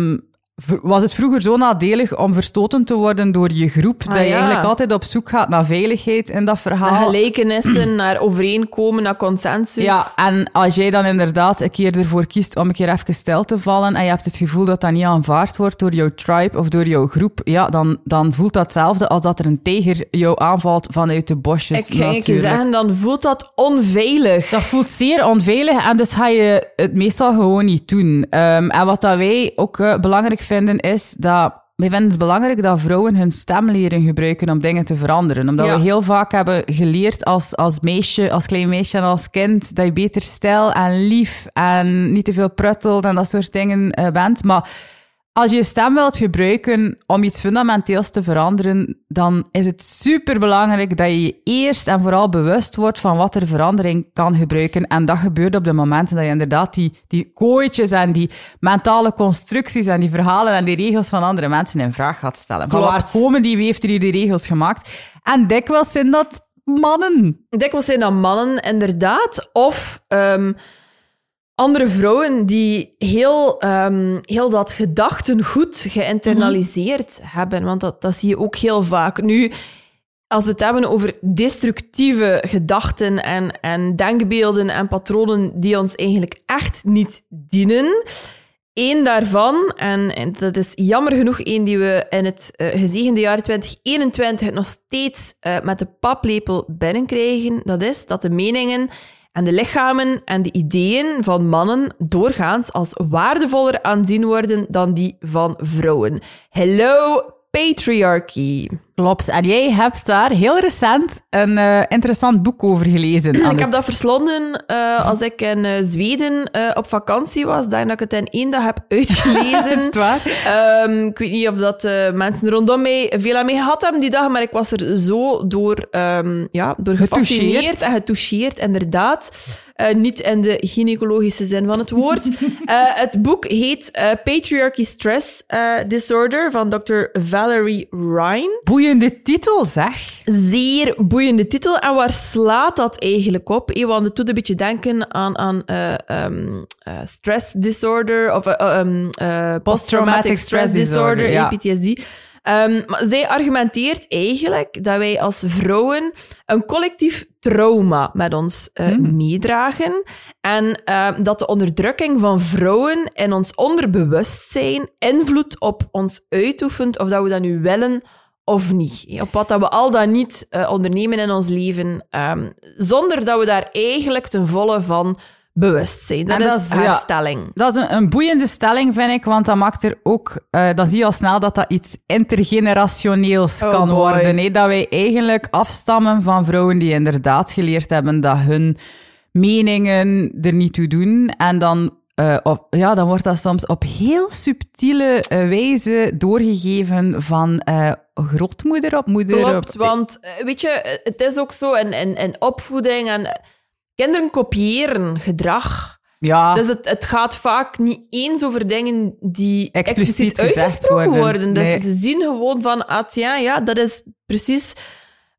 B: was het vroeger zo nadelig om verstoten te worden door je groep, dat je eigenlijk altijd op zoek gaat naar veiligheid in dat verhaal.
A: Naar gelijkenissen, naar overeenkomen, naar consensus.
B: Ja, en als jij dan inderdaad een keer ervoor kiest om een keer even stil te vallen en je hebt het gevoel dat dat niet aanvaard wordt door jouw tribe of door jouw groep, ja, dan voelt dat hetzelfde als dat er een tijger jou aanvalt vanuit de bosjes.
A: Ik ging je zeggen, dan voelt dat onveilig.
B: Dat voelt zeer onveilig en dus ga je het meestal gewoon niet doen. En wat dat wij ook belangrijk vinden is dat wij vinden het belangrijk dat vrouwen hun stem leren gebruiken om dingen te veranderen. Omdat we heel vaak hebben geleerd als meisje, als klein meisje en als kind, dat je beter stil en lief en niet te veel pruttelt en dat soort dingen bent. Maar als je je stem wilt gebruiken om iets fundamenteels te veranderen, dan is het superbelangrijk dat je je eerst en vooral bewust wordt van wat er verandering kan gebruiken. En dat gebeurt op de momenten dat je inderdaad die kooitjes en die mentale constructies en die verhalen en die regels van andere mensen in vraag gaat stellen. Van waar komen die? Wie heeft er hier die regels gemaakt? En dikwijls zijn dat mannen.
A: Dikwijls zijn dat mannen, inderdaad. Of... andere vrouwen die heel dat gedachtengoed geïnternaliseerd hebben. Want dat zie je ook heel vaak. Nu, als we het hebben over destructieve gedachten en denkbeelden en patronen die ons eigenlijk echt niet dienen... Eén daarvan, en dat is jammer genoeg één die we in het gezegende jaar 2021 nog steeds met de paplepel binnenkrijgen, dat is dat de meningen... en de lichamen en de ideeën van mannen doorgaans als waardevoller aanzien worden dan die van vrouwen. Hello, patriarchy.
B: Klopt. En jij hebt daar heel recent een interessant boek over gelezen.
A: Ik heb dat verslonden als ik in Zweden op vakantie was. Daarna dat ik het in 1 dag heb uitgelezen.
B: Is het waar?
A: Ik weet niet of dat mensen rondom mij veel aan mij gehad hebben die dag, maar ik was er zo door gefascineerd en getoucheerd, inderdaad. Niet in de gynaecologische zin van het woord. Het boek heet Patriarchy Stress Disorder van Dr. Valerie Ryan.
B: Boeiende titel, zeg.
A: Zeer boeiende titel. En waar slaat dat eigenlijk op? Want het doet een beetje denken aan stress disorder of post-traumatic stress disorder, PTSD. Maar zij argumenteert eigenlijk dat wij als vrouwen een collectief trauma met ons meedragen en dat de onderdrukking van vrouwen in ons onderbewustzijn invloed op ons uitoefent, of dat we dat nu willen of niet. Op wat dat we al dan niet ondernemen in ons leven, zonder dat we daar eigenlijk ten volle van bewust zijn. Dat is haar stelling.
B: Dat is een boeiende stelling, vind ik, want dat maakt er ook... dan zie je al snel dat dat iets intergenerationeels kan worden. Hè? Dat wij eigenlijk afstammen van vrouwen die inderdaad geleerd hebben dat hun meningen er niet toe doen. En dan... dan wordt dat soms op heel subtiele wijze doorgegeven van grootmoeder op moeder.
A: Klopt, want weet je, het is ook zo in opvoeding en kinderen kopiëren gedrag. Ja. Dus het gaat vaak niet eens over dingen die expliciet uitgesproken worden. Dus ze zien gewoon van, dat is precies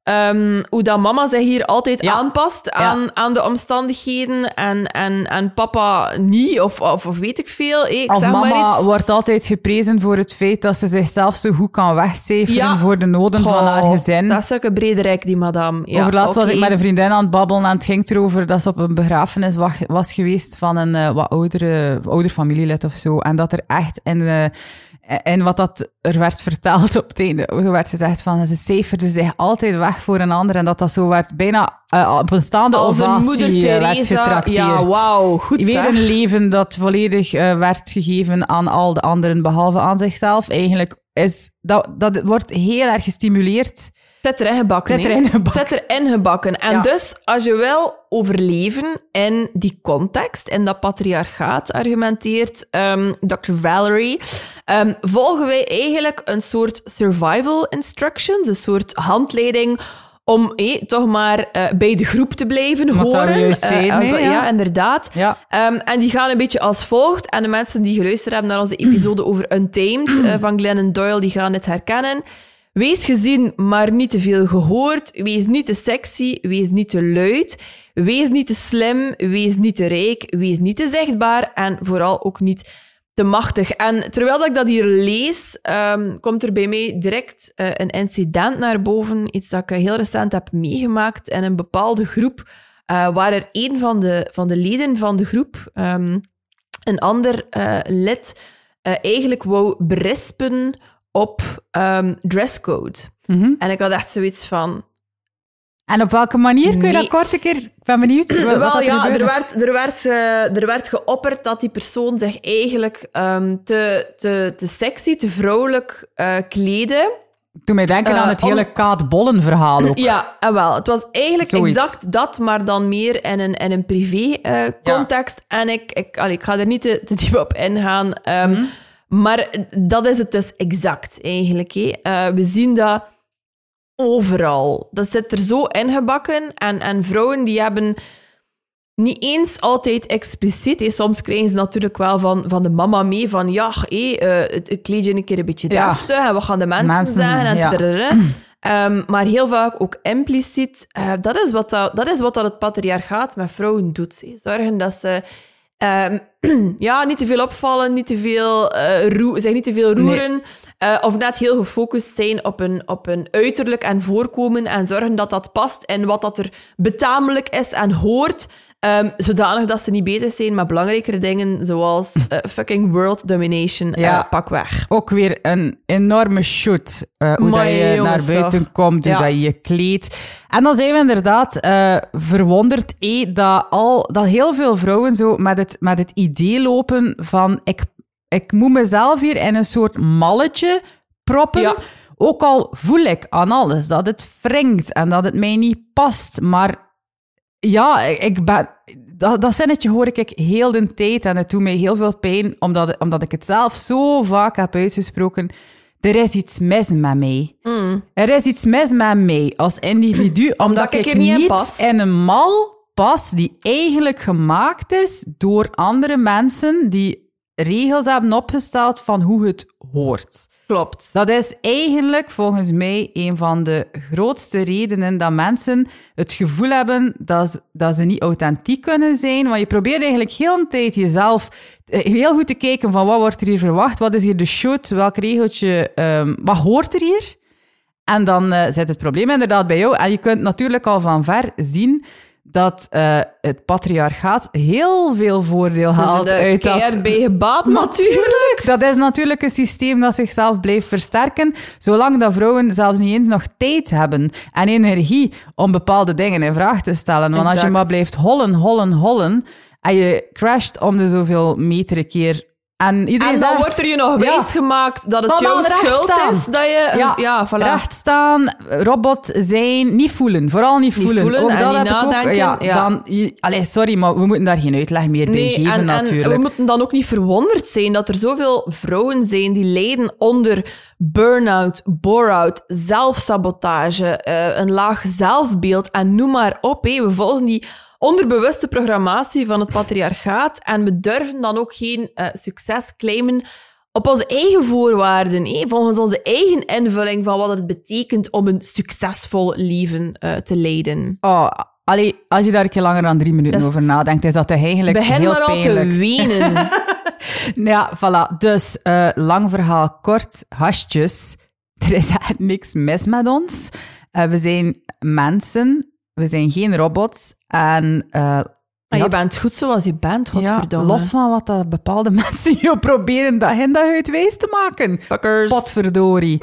A: Hoe dat mama zich hier altijd aanpast aan de omstandigheden en papa niet, of weet ik veel. Ik
B: Als
A: zeg
B: mama
A: maar iets.
B: wordt altijd geprezen voor het feit dat ze zichzelf zo goed kan wegcijferen voor de noden van haar gezin.
A: Dat is ook een brederijk, die madame. Ja,
B: Overlaatst was ik met een vriendin aan het babbelen en het ging erover dat ze op een begrafenis was geweest van een wat ouder familielid of zo. En dat er echt in wat dat er werd verteld op het einde, zo werd gezegd van, ze cijferde zich altijd weg voor een ander en dat zo werd bijna op een staande
A: als
B: ovatie
A: een moeder Teresa,
B: werd getrakteerd.
A: Ja, wauw, goed
B: Weer
A: zeg.
B: een leven dat volledig werd gegeven aan al de anderen, behalve aan zichzelf. Eigenlijk is dat wordt heel erg gestimuleerd.
A: Zit erin gebakken. Zit erin gebakken. En dus, als je wil overleven in die context, in dat patriarchaat, argumenteert Dr. Valerie, volgen wij eigenlijk een soort survival instructions, een soort handleiding om toch maar bij de groep te blijven
B: wat
A: horen.
B: we juist zeiden,
A: ja, inderdaad.
B: Ja.
A: En die gaan een beetje als volgt. En de mensen die geluisterd hebben naar onze episode over Untamed van Glennon Doyle, die gaan dit herkennen. Wees gezien, maar niet te veel gehoord. Wees niet te sexy, wees niet te luid. Wees niet te slim, wees niet te rijk. Wees niet te zichtbaar en vooral ook niet te machtig. En terwijl ik dat hier lees, komt er bij mij direct een incident naar boven. Iets dat ik heel recent heb meegemaakt in een bepaalde groep, waar er een van de leden van de groep, een ander lid, eigenlijk wou berispen op dresscode.
B: Mm-hmm.
A: En ik had echt zoiets van...
B: En op welke manier? Kun je dat kort een keer... Ik ben benieuwd.
A: Wel ja, er werd geopperd dat die persoon zich eigenlijk te sexy, te vrouwelijk kleedde.
B: Doe mij denken aan het hele Kaat Bollen verhaal ook.
A: Ja, en wel. Het was eigenlijk
B: Zoiets.
A: exact dat, maar dan meer in een privé context. Ja. En ik ga er niet te diep op ingaan. Maar dat is het dus exact, eigenlijk. We zien dat overal. Dat zit er zo ingebakken. En vrouwen die hebben niet eens altijd expliciet. Soms krijgen ze natuurlijk wel van de mama mee van ja, het kleed je een keer een beetje deftig en wat gaan de mensen zeggen? En maar heel vaak ook impliciet. Dat is wat het patriarchaat met vrouwen doet. Zorgen dat ze niet te veel opvallen, niet te veel zich niet te veel roeren, of net heel gefocust zijn op een uiterlijk en voorkomen en zorgen dat dat past en wat dat er betamelijk is en hoort, zodanig dat ze niet bezig zijn met belangrijkere dingen zoals fucking world domination. Pak weg.
B: Ook weer een enorme shoot. Hoe dat je naar buiten komt, hoe dat je je kleedt. En dan zijn we inderdaad verwonderd dat heel veel vrouwen zo met het idee lopen van ik moet mezelf hier in een soort malletje proppen. Ja. Ook al voel ik aan alles dat het wringt en dat het mij niet past. Maar ja, dat zinnetje hoor ik heel de tijd en het doet mij heel veel pijn, omdat ik het zelf zo vaak heb uitgesproken. Er is iets mis met mij. Er is iets mis met mij als individu, omdat ik niet in een mal pas die eigenlijk gemaakt is door andere mensen die regels hebben opgesteld van hoe het hoort.
A: Klopt.
B: Dat is eigenlijk volgens mij een van de grootste redenen dat mensen het gevoel hebben dat ze niet authentiek kunnen zijn. Want je probeert eigenlijk heel een tijd jezelf heel goed te kijken van wat wordt er hier verwacht, wat is hier de shoot, welk regeltje, wat hoort er hier? En dan zit het probleem inderdaad bij jou. En je kunt natuurlijk al van ver zien dat het patriarchaat heel veel voordeel haalt uit dat.
A: bij gebaat, natuurlijk.
B: Dat is natuurlijk een systeem dat zichzelf blijft versterken, zolang dat vrouwen zelfs niet eens nog tijd hebben en energie om bepaalde dingen in vraag te stellen. Want als je maar blijft hollen en je crasht om de zoveel meter keer. En dan
A: zegt, wordt er je nog wijsgemaakt dat het jouw schuld is dat je...
B: Voilà. Recht staan, robot zijn, niet voelen. Vooral niet voelen. Ook
A: en
B: dat
A: niet nadenken.
B: Sorry, maar we moeten daar geen uitleg meer bij geven, natuurlijk.
A: En we moeten dan ook niet verwonderd zijn dat er zoveel vrouwen zijn die lijden onder burn-out, bore-out, zelfsabotage, een laag zelfbeeld en noem maar op. We volgen die onderbewuste programmatie van het patriarchaat en we durven dan ook geen succes claimen op onze eigen voorwaarden, volgens onze eigen invulling van wat het betekent om een succesvol leven te leiden.
B: Oh, allee, als je daar een keer langer dan 3 minuten over nadenkt, is dat eigenlijk
A: begin
B: heel
A: maar al
B: pijnlijk.
A: te wenen.
B: Ja, voilà. Dus, lang verhaal kort, hasjes. Er is echt niks mis met ons. We zijn mensen, we zijn geen robots. En
A: je bent goed zoals je bent, godverdomme.
B: Ja, los van wat dat bepaalde mensen je proberen dag in dag uit wijs te maken.
A: Fuckers.
B: Potverdorie.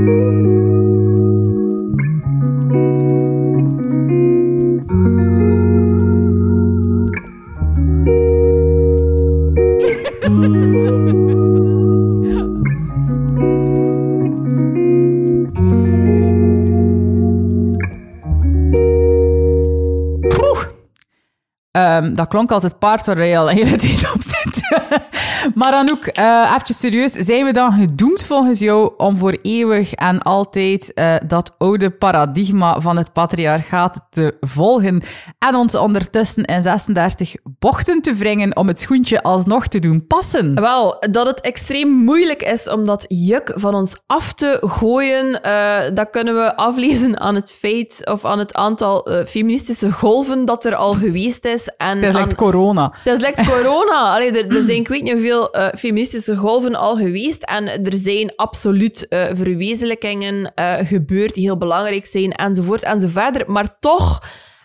B: Dat klonk als het paard waar je al een hele tijd op zit. Maar Anouk, even serieus. Zijn we dan gedoemd volgens jou om voor eeuwig en altijd dat oude paradigma van het patriarchaat te volgen en ons ondertussen in 36 bochten te wringen om het schoentje alsnog te doen passen?
A: Wel, dat het extreem moeilijk is om dat juk van ons af te gooien, dat kunnen we aflezen aan het feit of aan het aantal feministische golven dat er al geweest is. En
B: het is echt corona.
A: Het is echt corona. Allee, er zijn, ik weet niet hoeveel feministische golven al geweest en er zijn absoluut verwezenlijkingen gebeurd die heel belangrijk zijn, enzovoort en zo verder. Maar toch,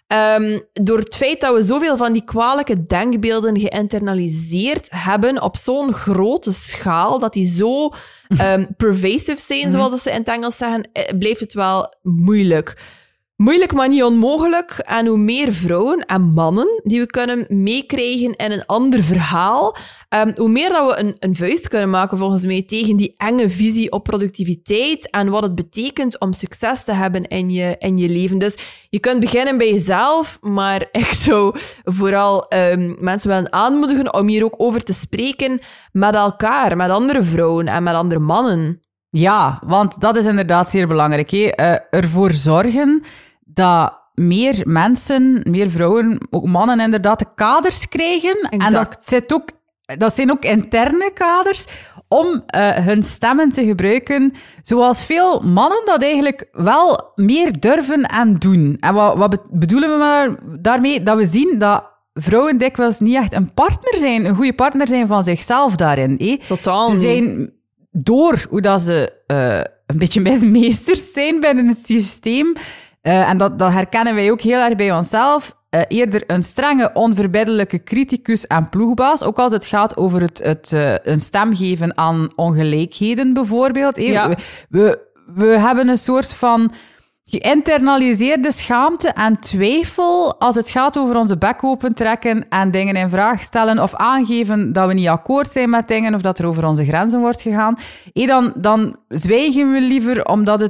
A: door het feit dat we zoveel van die kwalijke denkbeelden geïnternaliseerd hebben op zo'n grote schaal, dat die zo pervasive zijn, zoals ze in het Engels zeggen, blijft het wel moeilijk. Moeilijk, maar niet onmogelijk. En hoe meer vrouwen en mannen die we kunnen meekrijgen in een ander verhaal, hoe meer dat we een vuist kunnen maken, volgens mij, tegen die enge visie op productiviteit en wat het betekent om succes te hebben in je leven. Dus je kunt beginnen bij jezelf, maar ik zou vooral mensen willen aanmoedigen om hier ook over te spreken met elkaar, met andere vrouwen en met andere mannen.
B: Ja, want dat is inderdaad zeer belangrijk. Ervoor zorgen dat meer mensen, meer vrouwen, ook mannen inderdaad de kaders krijgen.
A: Exact.
B: En dat zijn ook interne kaders om hun stemmen te gebruiken, zoals veel mannen dat eigenlijk wel meer durven en doen. En wat bedoelen we daarmee? Dat we zien dat vrouwen dikwijls niet echt een goede partner zijn van zichzelf daarin.
A: Totaal.
B: Ze zijn door hoe dat ze een beetje mismeesters zijn binnen het systeem. En dat herkennen wij ook heel erg bij onszelf. Eerder een strenge, onverbiddelijke criticus en ploegbaas. Ook als het gaat over het een stem geven aan ongelijkheden, bijvoorbeeld.
A: Ja.
B: We hebben een soort van geïnternaliseerde schaamte en twijfel als het gaat over onze bek opentrekken en dingen in vraag stellen of aangeven dat we niet akkoord zijn met dingen of dat er over onze grenzen wordt gegaan. Dan zwijgen we liever omdat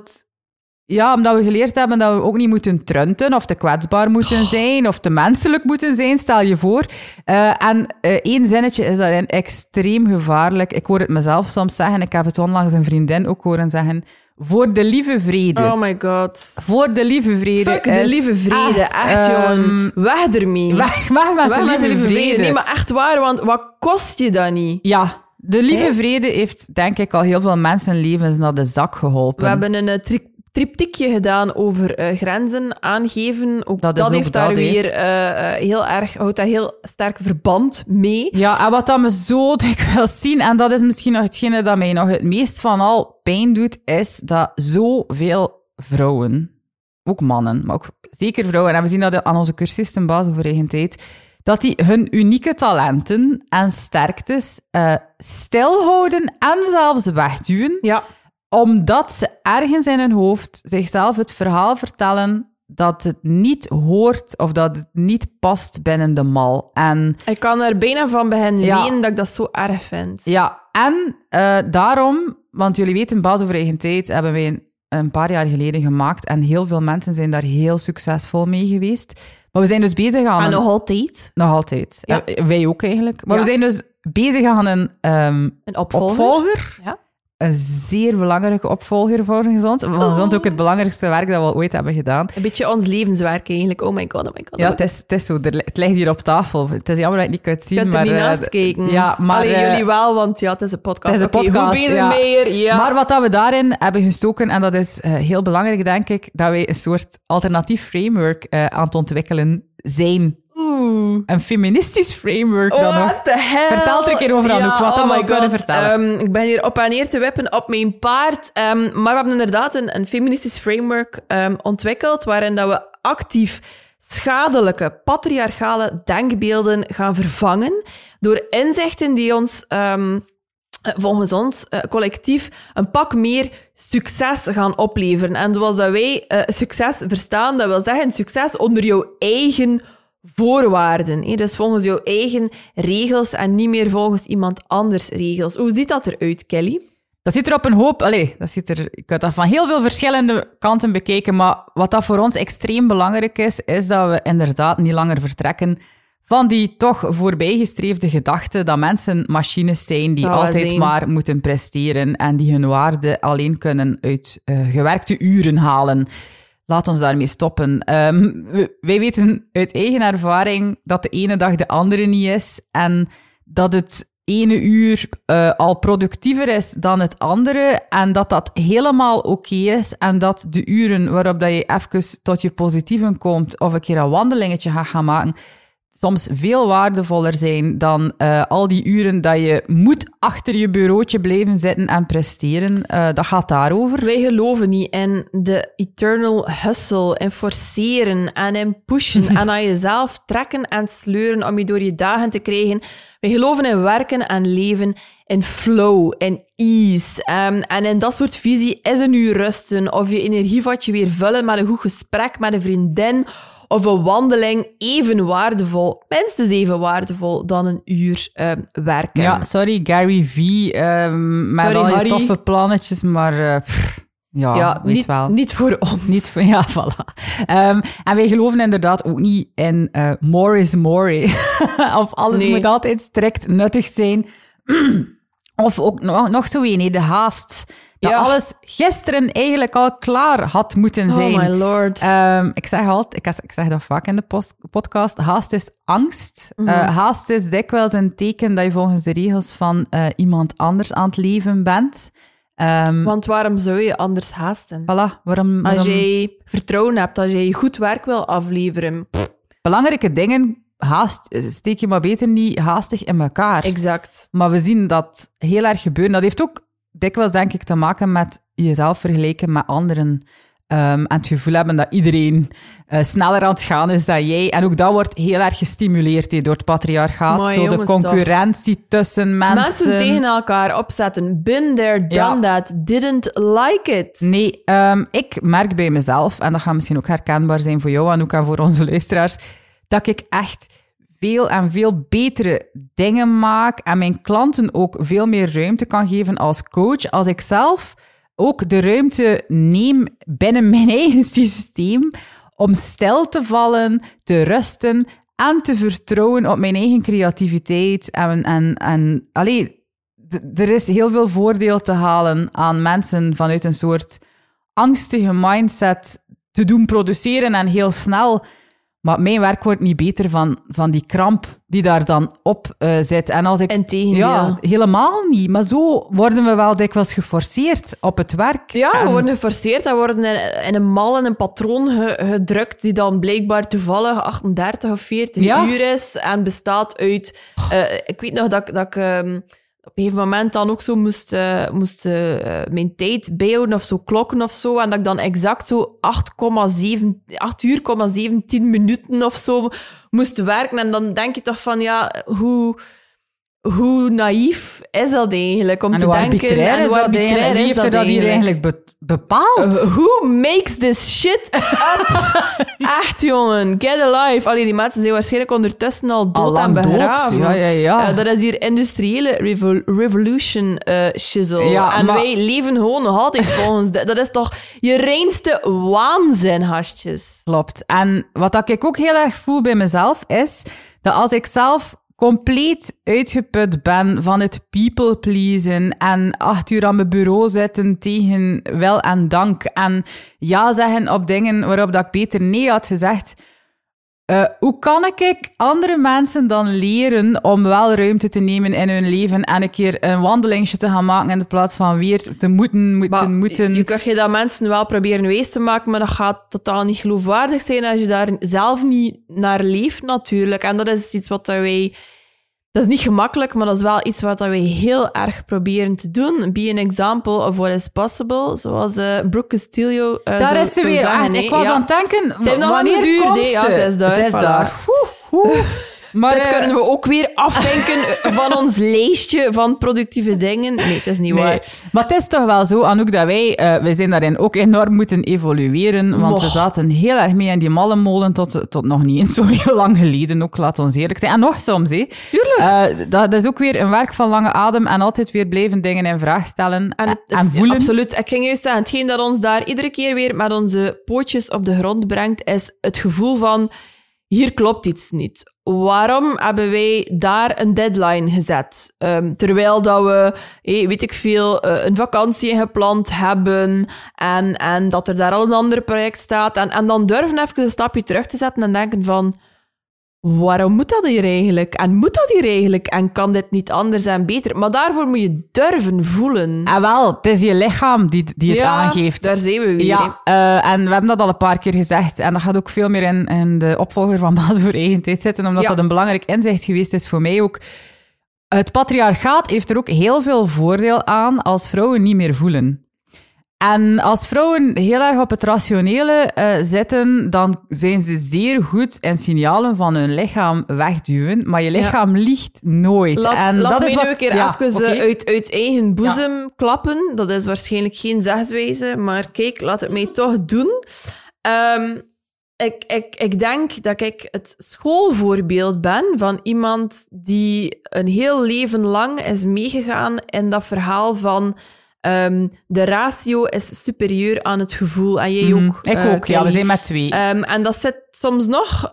B: we geleerd hebben dat we ook niet moeten trunten of te kwetsbaar moeten zijn of te menselijk moeten zijn, stel je voor. En één zinnetje is daarin extreem gevaarlijk. Ik hoor het mezelf soms zeggen, ik heb het onlangs een vriendin ook horen zeggen, voor de lieve vrede.
A: Oh my god.
B: Voor de lieve vrede.
A: Fuck de lieve vrede, echt jongen. Weg ermee.
B: Weg met de lieve vrede.
A: Nee, maar echt waar, want wat kost je dat niet?
B: Ja, de lieve vrede heeft denk ik al heel veel mensenlevens naar de zak geholpen.
A: We hebben een triptychje gedaan over grenzen aangeven. Ook dat heeft daar weer houdt daar heel sterk verband mee.
B: Ja, en wat dat me zo dikwijls zien, en dat is misschien nog hetgene dat mij nog het meest van al pijn doet, is dat zoveel vrouwen, ook mannen, maar ook zeker vrouwen, en we zien dat aan onze cursisten Basis voor Eigen Tijd, dat die hun unieke talenten en sterktes stilhouden en zelfs wegduwen.
A: Ja.
B: Omdat ze ergens in hun hoofd zichzelf het verhaal vertellen dat het niet hoort of dat het niet past binnen de mal. En
A: ik kan er bijna van beginnen wenen dat ik dat zo erg vind.
B: Ja, en daarom, want jullie weten, Basis voor Eigen Tijd hebben wij een paar jaar geleden gemaakt en heel veel mensen zijn daar heel succesvol mee geweest. Maar we zijn dus bezig aan...
A: En nog altijd.
B: Nog altijd.
A: Ja.
B: Wij ook eigenlijk. Maar we zijn dus bezig aan een opvolger.
A: Ja.
B: een zeer belangrijke opvolger volgens ons. Volgens ons ook het belangrijkste werk dat we ooit hebben gedaan.
A: Een beetje ons levenswerk eigenlijk. Oh my god.
B: Ja, het is zo. Het ligt hier op tafel. Het is jammer dat je het niet kunt zien.
A: Je kunt er niet naast kijken.
B: Ja, maar...
A: jullie wel, want ja, het is een podcast.
B: Het is een podcast,
A: goed bezig,
B: ja.
A: Meijer. Ja.
B: Maar wat dat we daarin hebben gestoken, en dat is heel belangrijk, denk ik, dat wij een soort alternatief framework aan het ontwikkelen zijn. Een feministisch framework dan nog.
A: What the hell?
B: Vertel er een keer over, Anouk, wat we kunnen vertellen.
A: Ik ben hier op en neer te wippen op mijn paard. Maar we hebben inderdaad een feministisch framework ontwikkeld, waarin dat we actief schadelijke, patriarchale denkbeelden gaan vervangen door inzichten die ons... volgens ons collectief een pak meer succes gaan opleveren. En zoals dat wij succes verstaan, dat wil zeggen succes onder jouw eigen voorwaarden. Dus volgens jouw eigen regels en niet meer volgens iemand anders regels. Hoe ziet dat eruit, Kelly?
B: Dat ziet er op een hoop... je kunt dat van heel veel verschillende kanten bekijken, maar wat dat voor ons extreem belangrijk is dat we inderdaad niet langer vertrekken van die toch voorbijgestreefde gedachte dat mensen machines zijn die altijd maar moeten presteren en die hun waarde alleen kunnen uit gewerkte uren halen. Laat ons daarmee stoppen. Wij weten uit eigen ervaring dat de ene dag de andere niet is en dat het ene uur al productiever is dan het andere en dat dat helemaal oké is en dat de uren waarop dat je even tot je positieven komt of een keer een wandelingetje gaat gaan maken, soms veel waardevoller zijn dan al die uren dat je moet achter je bureautje blijven zitten en presteren. Dat gaat daarover.
A: Wij geloven niet in de eternal hustle, in forceren en in pushen en aan jezelf trekken en sleuren om je door je dagen te krijgen. Wij geloven in werken en leven, in flow, in ease. En in dat soort visie is een uur rusten of je energievatje weer vullen met een goed gesprek met een vriendin of een wandeling even waardevol, minstens even waardevol dan een uur werken.
B: Ja, sorry Gary V, met al je toffe plannetjes, maar
A: niet voor ons.
B: Ja, voilà. En wij geloven inderdaad ook niet in more is more. Of alles moet altijd strikt nuttig zijn. Of ook nog zo een, de haast. Dat alles gisteren eigenlijk al klaar had moeten zijn.
A: Oh my lord.
B: Ik zeg dat vaak in de podcast, haast is angst. Haast is dikwijls een teken dat je volgens de regels van iemand anders aan het leven bent.
A: Want waarom zou je anders haasten?
B: Voilà, waarom...
A: Als jij vertrouwen hebt, als jij goed werk wil afleveren.
B: Belangrijke dingen... steek je maar beter niet haastig in elkaar.
A: Exact.
B: Maar we zien dat heel erg gebeuren. Dat heeft ook dikwijls, denk ik, te maken met jezelf vergelijken met anderen. En het gevoel hebben dat iedereen sneller aan het gaan is dan jij. En ook dat wordt heel erg gestimuleerd door het patriarchaat.
A: Maar
B: zo
A: jongens,
B: de concurrentie tussen mensen.
A: Mensen tegen elkaar opzetten. Been there, done that. Didn't like it.
B: Nee, ik merk bij mezelf, en dat gaat misschien ook herkenbaar zijn voor jou en ook voor onze luisteraars, dat ik echt veel en veel betere dingen maak en mijn klanten ook veel meer ruimte kan geven als coach, als ik zelf ook de ruimte neem binnen mijn eigen systeem om stil te vallen, te rusten en te vertrouwen op mijn eigen creativiteit. Er is heel veel voordeel te halen aan mensen vanuit een soort angstige mindset te doen produceren en heel snel. Maar mijn werk wordt niet beter van die kramp die daar dan op zit. En als ik...
A: Integendeel.
B: Ja, helemaal niet. Maar zo worden we wel dikwijls geforceerd op het werk.
A: Ja, we worden geforceerd. We worden in een mal, in een patroon gedrukt die dan blijkbaar toevallig 38 of 40 uur is en bestaat uit... ik weet nog dat ik... op een gegeven moment dan ook zo moest mijn tijd bijhouden of zo klokken of zo. En dat ik dan exact zo 8 uur, 17 minuten of zo moest werken. En dan denk je toch van, ja, hoe naïef is dat eigenlijk om te denken?
B: En hoe arbitrair wie heeft er dat hier eigenlijk bepaald?
A: Who makes this shit up? Echt, jongen. Get alive. Allee, die mensen zijn waarschijnlijk ondertussen al dood en begraven.
B: Ja.
A: Dat is hier industriële revolution shizzle.
B: Ja,
A: en wij leven gewoon nog altijd volgens... Dat is toch je reinste waanzin, gastjes.
B: Klopt. En wat ik ook heel erg voel bij mezelf is dat als ik zelf compleet uitgeput ben van het people pleasen en 8 uur aan mijn bureau zitten tegen wil en dank en ja zeggen op dingen waarop dat ik beter nee had gezegd. Hoe kan ik andere mensen dan leren om wel ruimte te nemen in hun leven en een keer een wandelingetje te gaan maken in de plaats van weer te moeten?
A: Je kan je dat mensen wel proberen wijs te maken, maar dat gaat totaal niet geloofwaardig zijn als je daar zelf niet naar leeft natuurlijk. En dat is iets wat wij... Dat is niet gemakkelijk, maar dat is wel iets wat wij heel erg proberen te doen. Be an example of what is possible, zoals Brooke Castillo
B: daar is ze weer.
A: Zeggen,
B: ik was aan het denken,
A: wanneer
B: duurt
A: komt ze? Ja, 6 dagen. Maar dit kunnen we ook weer afvinken van ons lijstje van productieve dingen. Nee, dat is niet waar.
B: Maar het is toch wel zo, Anouk, dat wij zijn daarin ook enorm moeten evolueren, want we zaten heel erg mee in die mallenmolen tot nog niet eens zo heel lang geleden, ook, laat ons eerlijk zijn. En nog soms, hè.
A: Tuurlijk.
B: Dat is ook weer een werk van lange adem en altijd weer blijven dingen in vraag stellen en voelen.
A: Absoluut. Ik ging juist zeggen, hetgeen dat ons daar iedere keer weer met onze pootjes op de grond brengt, is het gevoel van, hier klopt iets niet. Waarom hebben wij daar een deadline gezet? Terwijl dat we, weet ik veel, een vakantie gepland hebben en dat er daar al een ander project staat. En dan durven even een stapje terug te zetten en denken van, waarom moet dat hier eigenlijk? En moet dat hier eigenlijk? En kan dit niet anders en beter? Maar daarvoor moet je durven voelen.
B: Ah, wel, het is je lichaam die het aangeeft.
A: Daar zijn we weer.
B: Ja, en we hebben dat al een paar keer gezegd. En dat gaat ook veel meer in de opvolger van Baas voor Eigen Tijd zitten, omdat dat een belangrijk inzicht geweest is voor mij ook. Het patriarchaat heeft er ook heel veel voordeel aan als vrouwen niet meer voelen. En als vrouwen heel erg op het rationele zitten, dan zijn ze zeer goed in signalen van hun lichaam wegduwen, maar je lichaam liegt nooit.
A: Laat mij nu een keer even uit eigen boezem klappen. Dat is waarschijnlijk geen zegswijze, maar kijk, laat het mij toch doen. Ik denk dat ik het schoolvoorbeeld ben van iemand die een heel leven lang is meegegaan in dat verhaal van de ratio is superieur aan het gevoel. En jij ook.
B: Ik ook, ja. We zijn met 2.
A: En dat zit soms nog...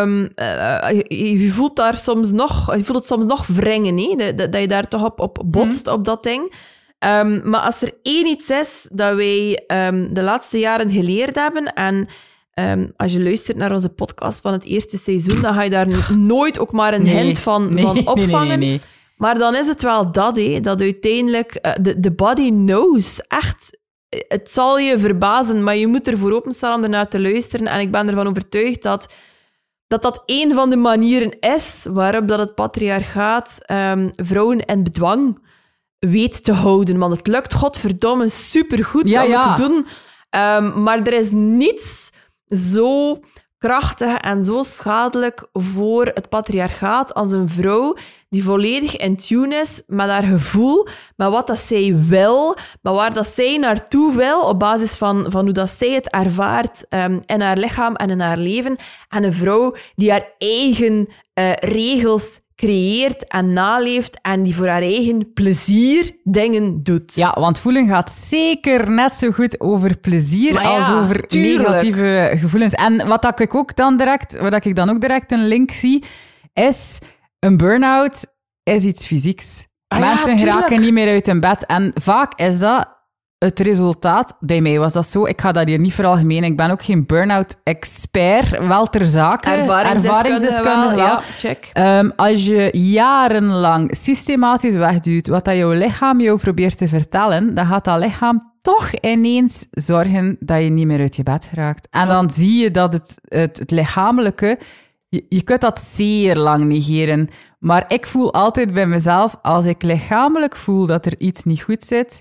A: je voelt daar soms nog... Je voelt het soms nog wringen, hè? Dat je daar toch op botst, op dat ding. Maar als er één iets is dat wij de laatste jaren geleerd hebben... En als je luistert naar onze podcast van het eerste seizoen, dan ga je daar nooit ook maar een hint van opvangen. Nee. Maar dan is het wel dat uiteindelijk de body knows. Echt, het zal je verbazen, maar je moet ervoor openstaan om ernaar te luisteren. En ik ben ervan overtuigd dat één van de manieren is waarop dat het patriarchaat vrouwen in bedwang weet te houden. Want het lukt godverdomme supergoed om het te doen. Maar er is niets zo krachtig en zo schadelijk voor het patriarchaat als een vrouw die volledig in tune is met haar gevoel, met wat dat zij wil, met waar dat zij naartoe wil, op basis van hoe dat zij het ervaart in haar lichaam en in haar leven. En een vrouw die haar eigen regels creëert en naleeft en die voor haar eigen plezier dingen doet.
B: Ja, want voelen gaat zeker net zo goed over plezier als over negatieve gevoelens. En wat ik dan ook direct een link zie, is een burn-out is iets fysieks. Mensen geraken niet meer uit hun bed. En vaak is dat het resultaat. Bij mij was dat zo. Ik ga dat hier niet veralgemenen. Ik ben ook geen burn-out-expert. Wel ter zake. Ervaringsdeskundige wel.
A: Ja, check.
B: Als je jarenlang systematisch wegduwt wat dat jouw lichaam jou probeert te vertellen, dan gaat dat lichaam toch ineens zorgen dat je niet meer uit je bed geraakt. En dan zie je dat het lichamelijke... Je kunt dat zeer lang negeren. Maar ik voel altijd bij mezelf, als ik lichamelijk voel dat er iets niet goed zit...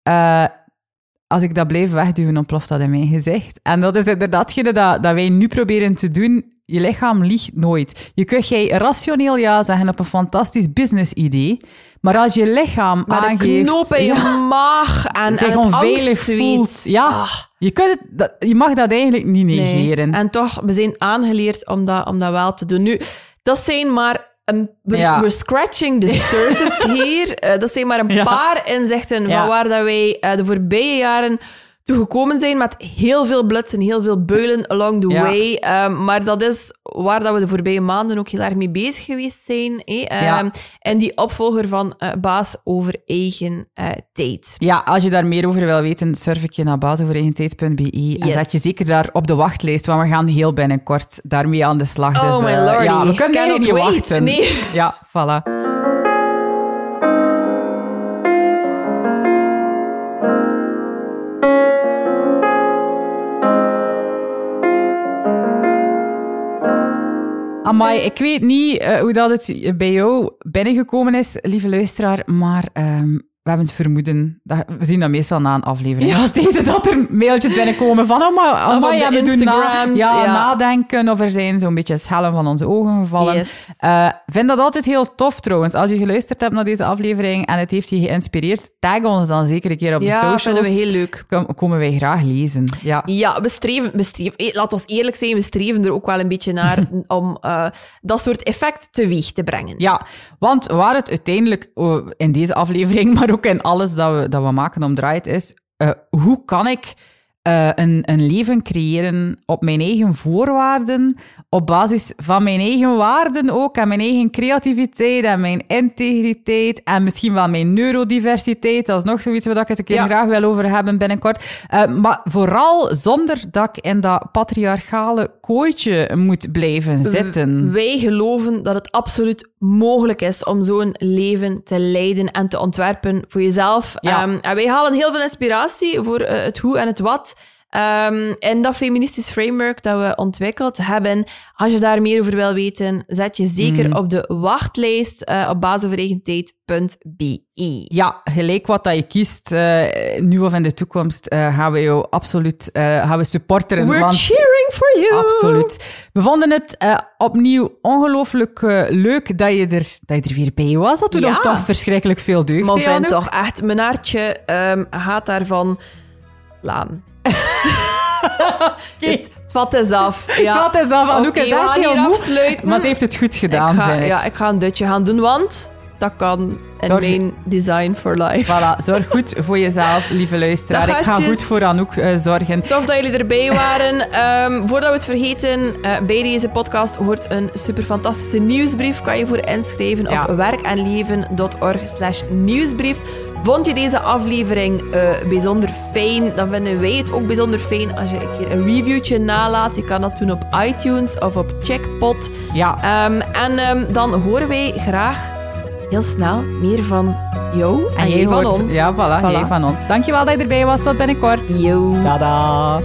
B: als ik dat blijf wegduwen, ontploft dat in mijn gezicht. En dat is inderdaad dat wij nu proberen te doen. Je lichaam liegt nooit. Je kunt rationeel ja zeggen op een fantastisch business-idee, maar als je lichaam aangeeft...
A: Met een knoop in je maag en
B: zich onveilig voelt. Ja, je mag dat eigenlijk niet negeren.
A: Nee. En toch, we zijn aangeleerd om dat wel te doen. Nu, dat zijn maar... We're scratching the surface hier. Dat zijn maar een paar inzichten van waar dat wij de voorbije jaren toegekomen zijn met heel veel blitz en heel veel beulen along the way. Maar dat is waar dat we de voorbije maanden ook heel erg mee bezig geweest zijn. En die opvolger van Baas over eigen tijd.
B: Ja, als je daar meer over wil weten, surf ik je naar baasovereigentijd.be en zet je zeker daar op de wachtlijst, want we gaan heel binnenkort daarmee aan de slag.
A: Oh my lordy.
B: Ja, we kunnen eigenlijk niet wachten.
A: Nee.
B: Ja, voilà. Amai, ik weet niet hoe dat het bij jou binnengekomen is, lieve luisteraar, maar we hebben het vermoeden, we zien dat meestal na een aflevering, als deze, dat er mailtjes binnenkomen van amai, we doen nadenken, of er zijn zo'n beetje schellen van onze ogen gevallen.
A: Yes.
B: Vind dat altijd heel tof trouwens. Als je geluisterd hebt naar deze aflevering en het heeft je geïnspireerd, tag ons dan zeker een keer op de socials.
A: Ja, vinden we heel leuk.
B: Komen wij graag lezen.
A: Ja, we streven, laat ons eerlijk zijn, we streven er ook wel een beetje naar om dat soort effect teweeg te brengen.
B: Ja, want waar het uiteindelijk in deze aflevering, maar ook in alles dat we maken om draait, is hoe kan ik een leven creëren op mijn eigen voorwaarden, op basis van mijn eigen waarden ook, en mijn eigen creativiteit en mijn integriteit en misschien wel mijn neurodiversiteit. Dat is nog zoiets waar ik het een keer graag wil over hebben binnenkort. Maar vooral zonder dat ik in dat patriarchale kooitje moet blijven zitten.
A: Wij geloven dat het absoluut mogelijk is om zo'n leven te leiden en te ontwerpen voor jezelf.
B: Ja.
A: En wij halen heel veel inspiratie voor het hoe en het wat. En dat feministisch framework dat we ontwikkeld hebben, als je daar meer over wil weten, zet je zeker op de wachtlijst op baasovereigentijd.be.
B: Ja, gelijk wat dat je kiest, nu of in de toekomst, gaan we jou absoluut gaan we supporteren.
A: We're cheering for you!
B: Absoluut. We vonden het opnieuw ongelooflijk leuk dat je er weer bij was. Dat doet ons toch verschrikkelijk veel deugd.
A: Maar vind toch echt, mijn hartje gaat daarvan slaan. Het vat is af. Ja.
B: Het vat is af. Anouk is echt heel moe, maar ze heeft het goed gedaan, vind ik.
A: Ja, ik ga een dutje gaan doen, want dat kan in mijn design for life.
B: Voilà, zorg goed voor jezelf, lieve luisteraar. Ik ga goed voor Anouk zorgen.
A: Tof dat jullie erbij waren. Voordat we het vergeten, bij deze podcast hoort een super fantastische nieuwsbrief. Kan je voor inschrijven op werkenleven.org/nieuwsbrief. Vond je deze aflevering bijzonder fijn? Dan vinden wij het ook bijzonder fijn als je een keer een reviewtje nalaat. Je kan dat doen op iTunes of op Checkpot.
B: Ja.
A: En dan horen wij graag heel snel meer van jou en jij van ons.
B: Ja, voilà, jij van ons. Dankjewel dat je erbij was. Tot binnenkort.
A: Yo.
B: Tada.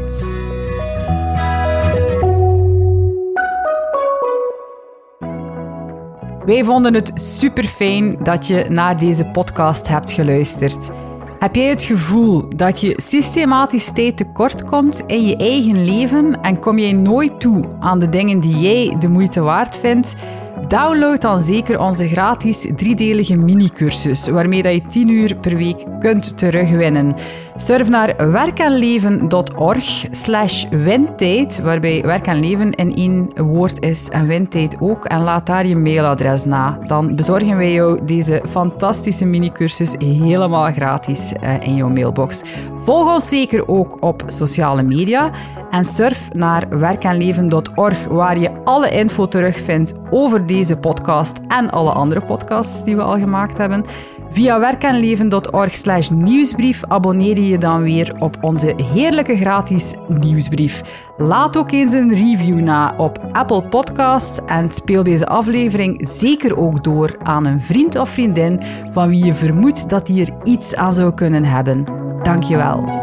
B: Wij vonden het super fijn dat je naar deze podcast hebt geluisterd. Heb jij het gevoel dat je systematisch tijd tekort komt in je eigen leven en kom jij nooit toe aan de dingen die jij de moeite waard vindt? Download dan zeker onze gratis 3-delige mini-cursus, waarmee dat je 10 uur per week kunt terugwinnen. Surf naar werkenleven.org/windtijd, waarbij werk en leven in 1 woord is en windtijd ook, en laat daar je mailadres na. Dan bezorgen wij jou deze fantastische mini-cursus helemaal gratis in jouw mailbox. Volg ons zeker ook op sociale media en surf naar werkenleven.org, waar je alle info terugvindt over deze podcast en alle andere podcasts die we al gemaakt hebben. Via werkenleven.org/nieuwsbrief abonneer je je dan weer op onze heerlijke gratis nieuwsbrief. Laat ook eens een review na op Apple Podcasts en speel deze aflevering zeker ook door aan een vriend of vriendin van wie je vermoedt dat die er iets aan zou kunnen hebben. Dankjewel.